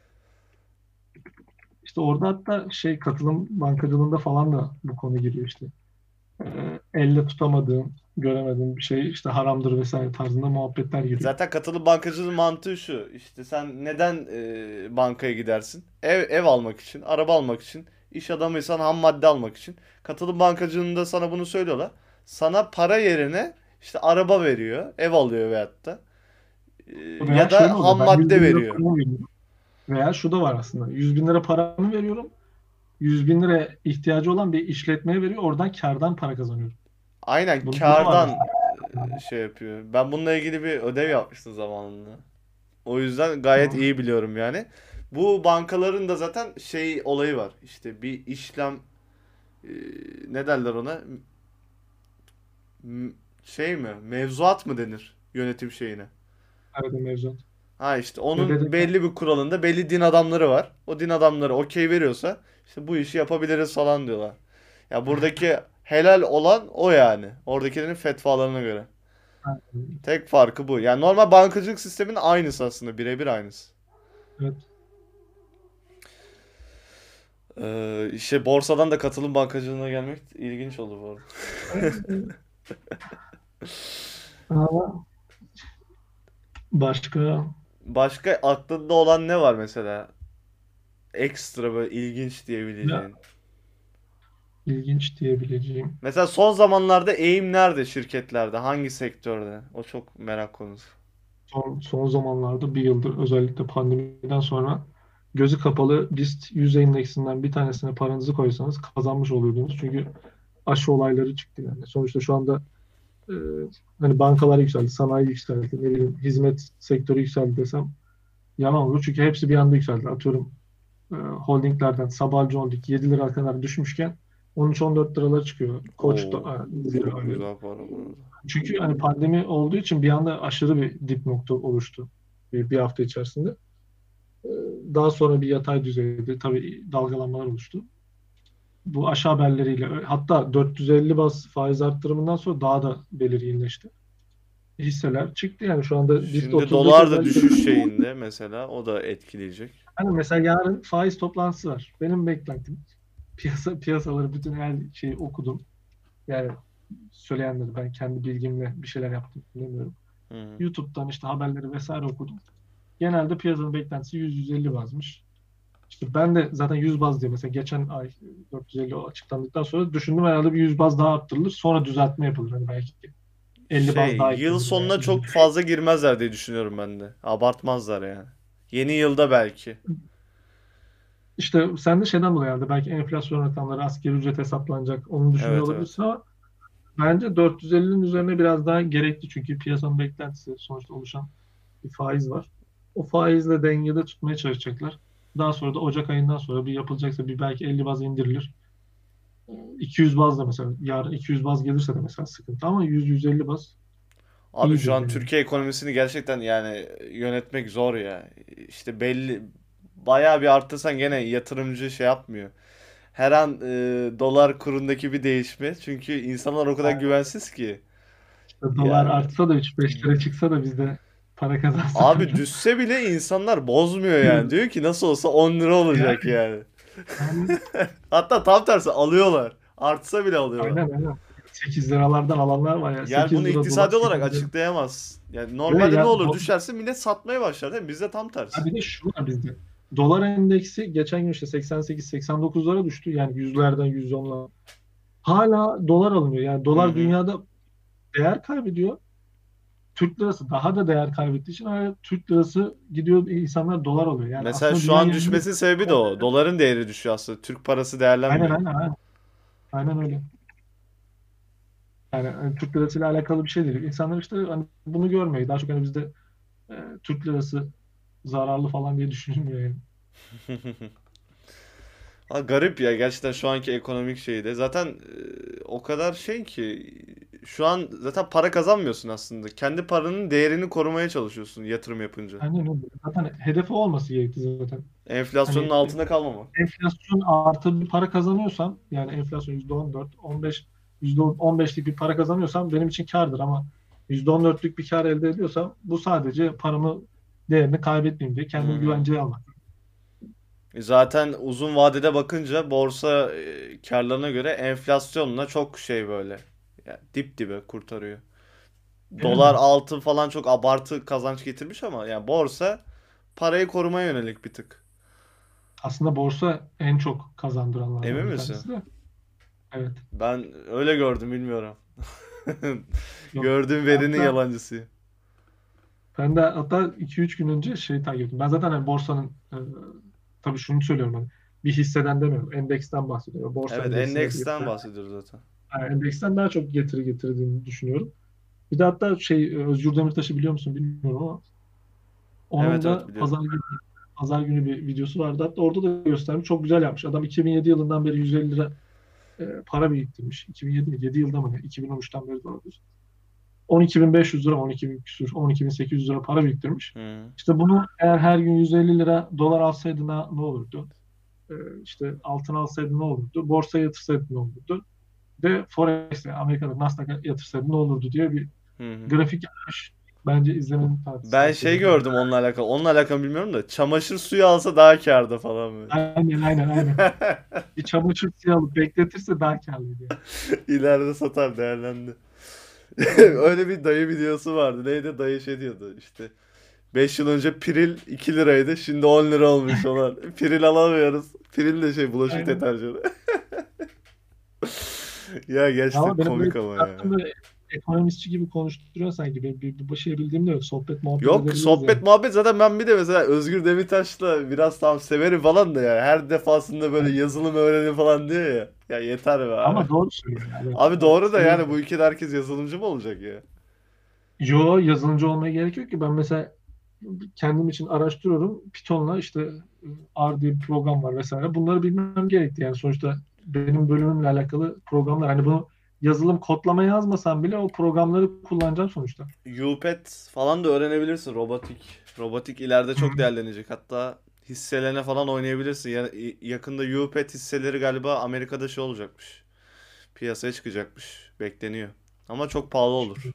işte orada hatta şey, katılım bankacılığında falan da bu konu giriyor işte. Elle tutamadığın, göremediğin bir şey işte haramdır vesaire tarzında muhabbetler giriyor. Zaten katılım bankacılığın mantığı şu. İşte sen neden bankaya gidersin? Ev almak için, araba almak için, iş adamıysan ham madde almak için. Katılım bankacılığında sana bunu söylüyorlar. Sana para yerine işte araba veriyor, ev alıyor veyahut da. Veya Ya şöyle da ham oluyor. Ben 100 madde bin lira veriyor. paramı veriyorum. Veya şu da var aslında. 100 bin lira paramı veriyorum. 100 bin lira ihtiyacı olan bir işletmeye veriyor. Oradan kardan para kazanıyorum. Aynen Bu da var kardan aslında. şey yapıyor. Ben bununla ilgili bir ödev yapmıştım zamanında. O yüzden gayet Hı. iyi biliyorum yani. Bu bankaların da zaten şey olayı var. İşte bir işlem, e, ne derler ona? M- Şey mi? Mevzuat mı denir yönetim şeyine? Evet, mevzuat. Ha işte Ve onun dedik ya, belli bir kuralında belli din adamları var. O din adamları okey veriyorsa işte bu işi yapabiliriz falan diyorlar. Ya buradaki helal olan o yani. Oradakilerin fetvalarına göre. Tek farkı bu. Yani normal bankacılık sisteminin aynısı aslında. Birebir aynısı. evet. İşte borsadan da katılım bankacılığına gelmek ilginç oldu bu arada. Ama başka Başka aklında olan ne var mesela? Ekstra böyle ilginç ne diyebileceğin. ilginç diyebileceğim. Mesela son zamanlarda eğim nerede şirketlerde? Hangi sektörde? O çok merak konusu. Son zamanlarda bir yıldır özellikle pandemiden sonra gözü kapalı BIST 100 endeksinden bir tanesine paranızı koysanız kazanmış oluyordunuz. Çünkü aşı olayları çıktı yani. Sonuçta şu anda e, hani bankalar yükseldi, sanayi yükseldi, ne bileyim hizmet sektörü yükseldi desem yalan olur. Çünkü hepsi bir anda yükseldi. Atıyorum holdinglerden Sabancı Holding 7 lira kadar düşmüşken 13-14 liralara çıkıyor. Koç da Oo, zira çok öyle. güzel para bu arada. Çünkü hani pandemi olduğu için bir anda aşırı bir dip nokta oluştu bir hafta içerisinde. E, Daha sonra bir yatay düzeyde tabii dalgalanmalar oluştu. Bu aşı haberleriyle hatta 450 baz faiz arttırımından sonra daha da belirginleşti. Hisseler çıktı yani şu anda BIST Şimdi 30'daki dolar da özellikle düşüş şeyinde mesela o da etkileyecek. hani mesela yarın faiz toplantısı var. Benim beklentim piyasaları bütün her şeyi okudum. Yani söyleyenleri ben kendi bilgimle bir şeyler yaptım bilmiyorum. Hı hı. YouTube'dan işte haberleri vesaire okudum. Genelde piyasanın beklentisi 100-150 bazmış. İşte ben de zaten 100 baz diye mesela geçen ay 450 açıklandıktan sonra düşündüm herhalde bir 100 baz daha arttırılır. Sonra düzeltme yapılır. Hani belki 50 baz Şey, daha yıl eklenir veya sonuna 100. çok fazla girmezler diye düşünüyorum ben de. Abartmazlar yani. Yeni yılda belki. İşte sen de şeyden dolayı herhalde belki enflasyon rakamları asgari ücret hesaplanacak onu düşünüyor Evet, evet. olabilirsin ama bence 450'nin üzerine biraz daha gerekli çünkü piyasanın beklentisi sonuçta oluşan bir faiz var. O faizle dengede tutmaya çalışacaklar. Daha sonra da Ocak ayından sonra bir yapılacaksa bir belki 50 baz indirilir. 200 baz da mesela yarın 200 baz gelirse de mesela sıkıntı ama 100-150 baz Abi şu iyidir an benim. Türkiye ekonomisini gerçekten yani yönetmek zor ya. İşte belli bayağı bir arttırsan gene yatırımcı şey yapmıyor. Her an dolar kurundaki bir değişme. Çünkü insanlar o kadar güvensiz ki. İşte dolar Yani artsa da 3-5 lira çıksa da biz de para kazansak abi orada. düşse bile insanlar bozmuyor yani. Diyor ki nasıl olsa 10 lira olacak Yani, yani. yani Hatta tam tersi alıyorlar. Artsa bile alıyorlar. aynen. 8 liralardan alanlar var ya. Yani bunu 8 lira dolar iktisadi olarak 8 lira. açıklayamaz. Yani Ve normalde ne ya olur düşerse millet satmaya başlar değil mi? Bizde tam ha tersi. bir de şu var bizde. Dolar endeksi geçen gün işte 88-89'lara düştü. Yani yüzlerden 110'lara. Hala dolar alınıyor. Yani Hı dolar hı. dünyada değer kaybediyor. Türk lirası daha da değer kaybettiği için hala Türk lirası gidiyor insanlar dolar alıyor. Yani Mesela aslında şu dünya an genelinde düşmesinin sebebi de o. Doların değeri düşüyor aslında. Türk parası aynen değerlenmiyor. aynen aynen. Aynen öyle. Yani Türk lirasıyla alakalı bir şey değil. İnsanlar işte hani bunu görmüyor. Daha çok hani bizde Türk lirası zararlı falan diye düşünülmüyor yani. Ha, garip ya gerçekten şu anki ekonomik şeyde. Zaten o kadar şey ki şu an zaten para kazanmıyorsun aslında. Kendi paranın değerini korumaya çalışıyorsun yatırım yapınca. Aynen öyle. Zaten hedefi olması gerekti zaten. Enflasyonun Hani altında kalmamak. enflasyon artı bir para kazanıyorsam yani enflasyon %14, 15, %15'lik bir para kazanıyorsam benim için kârdır ama %14'lük bir kâr elde ediyorsam bu sadece paramı değerini kaybetmeyeyim diye Hı kendimi hı. güvenceye almak. Zaten uzun vadede bakınca borsa karlarına göre enflasyonla çok şey böyle. Yani dip dibe kurtarıyor. Dolar Yani altın falan çok abartı kazanç getirmiş ama yani borsa parayı korumaya yönelik bir tık. aslında borsa en çok Emin kazandıranlardan bir misin? tanesi de. Evet. Ben öyle gördüm bilmiyorum. Yok. Gördüğüm verinin Hatta yalancısıyım. ben de hatta 2-3 gün önce şey takip ettim. Ben zaten hani borsanın tabii şunu söylüyorum hani bir hisseden demiyorum. Endeksten bahsediyorum. Borsa Evet endeksinde bir endeksten bahsediyoruz zaten. yani endeksten daha çok getiri getirdiğini düşünüyorum. Bir de hatta Özgür Demirtaş'ı biliyor musun bilmiyorum ama onun Evet, evet, da biliyorum. pazar günü bir videosu vardı. Hatta orada da göstermiş. Çok güzel yapmış. Adam 2007 yılından beri 150 lira para biriktirmiş. 2007 mi? 7 yılda mı ne? 2013'ten beri doğru. 12.500 lira, 12.000 küsur, 12.800 lira para biriktirmiş. Hı. İşte bunu eğer her gün 150 lira dolar alsaydı ne olurdu? İşte altın alsaydı ne olurdu? Borsaya yatırsaydı ne olurdu? Ve Forex'e, Amerika'da Nasdaq'a yatırsaydı ne olurdu diye bir Hı hı. grafik yapmış. Bence izlemeni Ben tavsiye şey ederim. gördüm onunla alakalı. Onunla alakalı bilmiyorum da çamaşır suyu alsa daha kârda falan böyle. Aynen, aynen, aynen. Bir çamaşır suyu alıp bekletirse daha karlıydı yani. İleride satar, değerlendi. Aynen. Öyle bir dayı videosu vardı. Neydi? Dayı şey diyordu işte. 5 yıl önce piril 2 liraydı. Şimdi 10 lira olmuş falan. Piril alamıyoruz. Piril de şey, bulaşık Aynen. deterjanı. Ya gerçekten Ama benim böyle komik ama çıkarttığım ya. böyle ekonomistçi gibi konuşturuyor sanki. Bir şey bildiğim de yok. Sohbet muhabbet Yok, edebiliriz sohbet yani. muhabbet zaten, ben bir de mesela Özgür Demirtaş'la biraz tam severim falan da ya. Her defasında böyle Evet. yazılım öğrenin falan diyor ya. Ya yeter be abi. Ama doğru söylüyor yani. Abi Bak, doğru da yani bu ülkede herkes yazılımcı mı olacak ya? yo, yazılımcı olmaya gerek yok ki. Ben mesela kendim için araştırıyorum. Python'la işte R diye bir program var vesaire. Bunları bilmem gerekti yani. Sonuçta benim bölümümle alakalı programlar. Hani bunu yazılım kodlama yazmasam bile o programları kullanacağım sonuçta. UPET falan da öğrenebilirsin, robotik. Robotik ileride Hı. çok değerlenecek. Hatta hisselerine falan oynayabilirsin. Yakında UPET hisseleri galiba Amerika'da şey olacakmış. Piyasaya çıkacakmış. Bekleniyor. Ama çok pahalı olur.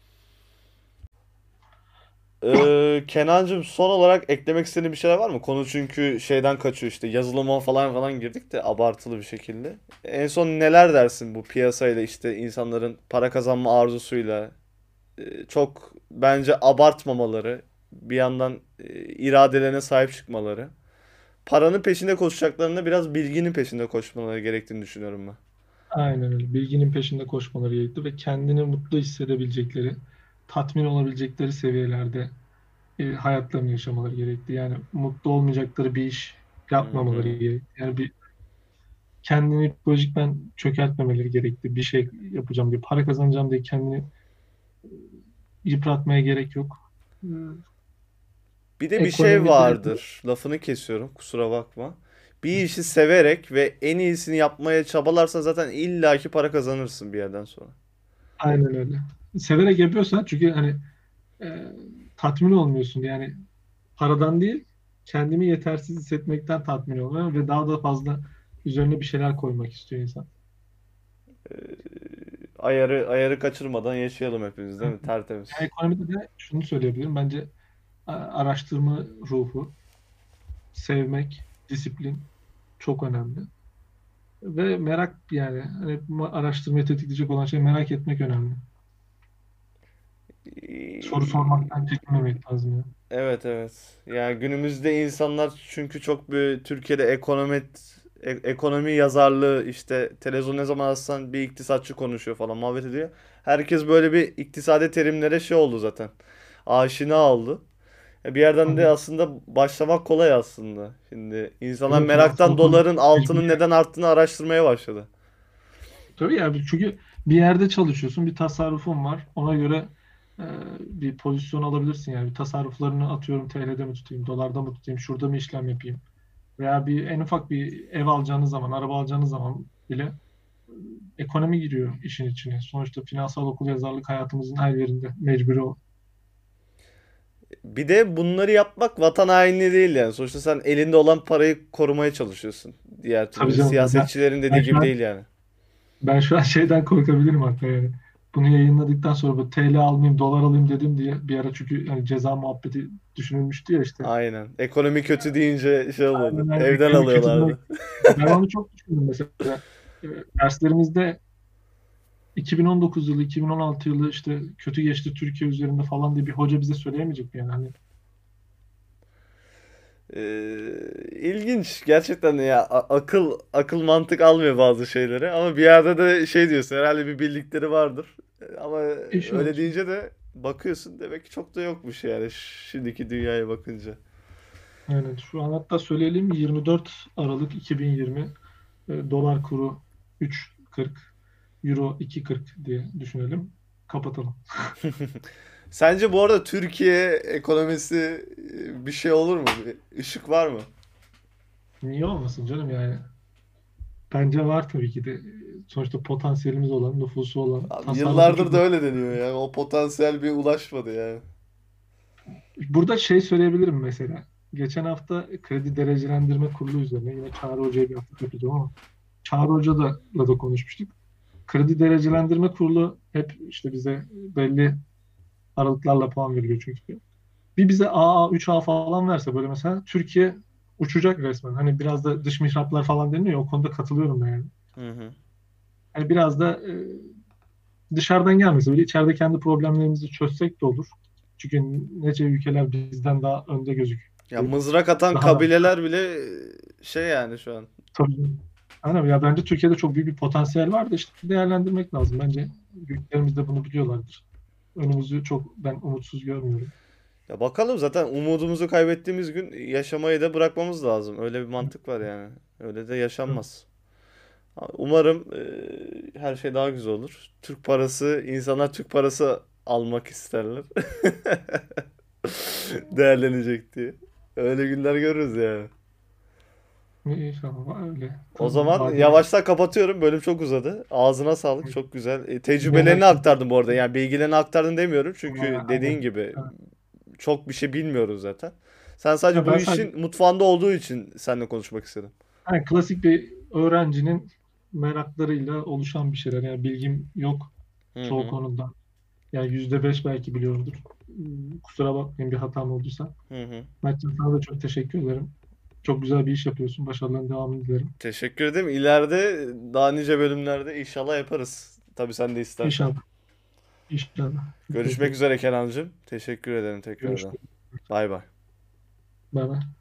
Kenancığım, son olarak eklemek istediğin bir şeyler var mı? Konu çünkü şeyden kaçıyor, işte yazılıma falan falan girdik de abartılı bir şekilde. En son neler dersin bu piyasayla, işte insanların para kazanma arzusuyla çok bence abartmamaları, bir yandan iradelerine sahip çıkmaları. Paranın peşinde koşacaklarında biraz bilginin peşinde koşmaları gerektiğini düşünüyorum ben. Aynen öyle. Bilginin peşinde koşmaları gerekti ve kendini mutlu hissedebilecekleri, tatmin olabilecekleri seviyelerde hayatlarını yaşamaları gerekti. Yani mutlu olmayacakları bir iş Hı yapmamaları hı. gerekti. Yani kendini psikolojikmen çökertmemeleri gerekti. Bir şey yapacağım, bir para kazanacağım diye kendini yıpratmaya gerek yok. Bir de bir şey Ekonomide vardır. Lafını kesiyorum, kusura bakma. Bir işi severek ve en iyisini yapmaya çabalarsan zaten illaki para kazanırsın bir yerden sonra. aynen öyle. Severek yapıyorsan çünkü hani e, tatmin olmuyorsun. Yani paradan değil, kendimi yetersiz hissetmekten tatmin oluyor ve daha da fazla üzerine bir şeyler koymak istiyor insan. Ee, ayarı kaçırmadan yaşayalım hepimiz, değil mi? Yani Tertemiz. ekonomide de şunu söyleyebilirim. Bence araştırma ruhu, sevmek, disiplin çok önemli. Ve merak yani hani araştırmayı tetikleyecek olan şey merak etmek önemli. Soru Ee, sormaktan çekinmemek lazım yani. Evet, evet. Yani günümüzde insanlar çünkü çok bir Türkiye'de ekonomi yazarlığı, işte televizyon ne zaman açsan bir iktisatçı konuşuyor falan, muhabbet ediyor. Herkes böyle bir iktisadi terimlere şey oldu zaten. Aşina oldu. Bir yerden de Aynen. aslında başlamak kolay aslında. Şimdi insanlar Tabii finansal meraktan okul doların, altının mecburi. neden arttığını araştırmaya başladı. Tabii ya çünkü bir yerde çalışıyorsun, bir tasarrufun var. Ona göre e, bir pozisyon alabilirsin yani. Bir tasarruflarını atıyorum TL'de mi tutayım, dolarda mı tutayım, şurada mı işlem yapayım? Veya en ufak bir ev alacağınız zaman, araba alacağınız zaman bile ekonomi giriyor işin içine. Sonuçta finansal okul yazarlık hayatımızın her yerinde mecburi o. Bir de bunları yapmak vatan hainliği değil yani. Sonuçta sen elinde olan parayı korumaya çalışıyorsun. Diğer Tabii türlü canım. siyasetçilerin Ben dediği şu gibi an değil yani. ben şu an şeyden korkabilirim hatta yani. Bunu yayınladıktan sonra bu TL almayayım, dolar alayım dedim diye bir ara çünkü hani ceza muhabbeti düşünülmüştü ya işte. Aynen. Ekonomi kötü deyince şey oluyordu. Aynen, aynen. Evden Ekonomi kötü demek. alıyorlardı. Ben onu çok düşündüm mesela. E, Derslerimizde 2019 yılı, 2016 yılı işte kötü geçti Türkiye üzerinde falan diye bir hoca bize söyleyemeyecek mi yani? Hani İlginç gerçekten ya, akıl mantık almıyor bazı şeyleri, ama bir yerde de şey diyorsun, herhalde bir bildikleri vardır. Ama öyle inşallah. deyince de bakıyorsun, demek ki çok da yokmuş yani şimdiki dünyaya bakınca. Aynen. Şu an hatta söyleyelim 24 Aralık 2020 dolar kuru 3.40, euro 2.40 diye düşünelim. kapatalım. Sence bu arada Türkiye ekonomisi bir şey olur mu? Bir ışık var mı? Niye olmasın canım yani? Bence var tabii ki de. Sonuçta potansiyelimiz olan, nüfusu olan, Abi tasarrufu yıllardır çok. da öyle deniyor yani. O potansiyel bir ulaşmadı yani. Burada şey söyleyebilirim mesela. Geçen hafta kredi derecelendirme kurulu üzerine yine Çağrı Hoca'ya bir hafta yapacağım ama Çağrı Hoca'la da konuşmuştuk. Kredi derecelendirme kurulu hep işte bize belli aralıklarla puan veriyor çünkü. Bir bize AA, 3A falan verse böyle mesela Türkiye uçacak resmen. Hani biraz da dış mihraklar falan deniyor ya, o konuda katılıyorum ben yani. Hı hı. Hani biraz da dışarıdan gelmese böyle içeride kendi problemlerimizi çözsek de olur. Çünkü nece ülkeler bizden daha önde gözüküyor. Ya mızrak atan Daha kabileler bile şey yani şu an. tabii. Aynen ya, bence Türkiye'de çok büyük bir potansiyel var da işte değerlendirmek lazım. Bence büyüklerimiz de bunu biliyorlardır. Önümüzü çok ben umutsuz görmüyorum. Ya bakalım zaten umudumuzu kaybettiğimiz gün yaşamayı da bırakmamız lazım. Öyle bir mantık var yani. Öyle de Evet. yaşanmaz. Umarım her şey daha güzel olur. Türk parası, insanlar Türk parası almak isterler. Değerlenecek diye. Öyle günler görürüz yani. İnşallah öyle. O Tabii zaman vadeli yavaştan kapatıyorum. Bölüm çok uzadı. Ağzına sağlık. Çok güzel. Tecrübelerini merak ettim. aktardın bu arada. Yani bilgilerini aktardın demiyorum. Çünkü dediğin Aynen. gibi Evet. çok bir şey bilmiyoruz zaten. Sen sadece Ya bu ben sadece işin mutfağında olduğu için seninle konuşmak istedim. hani klasik bir öğrencinin meraklarıyla oluşan bir şeyler. Yani bilgim yok Hı çoğu hı. konuda. Yani %5 belki biliyorumdur. Kusura bakmayın bir hatam olduysa. Hı hı. Mertcan, sana da çok teşekkür ederim. Çok güzel bir iş yapıyorsun. Başarıların devamını dilerim. Teşekkür ederim. İleride daha nice bölümlerde inşallah yaparız. Tabii sen de istersen. İnşallah. İnşallah. Görüşmek Peki. üzere Kenancığım. Teşekkür ederim tekrardan. Görüşmek üzere. Bay bay. Bay bay.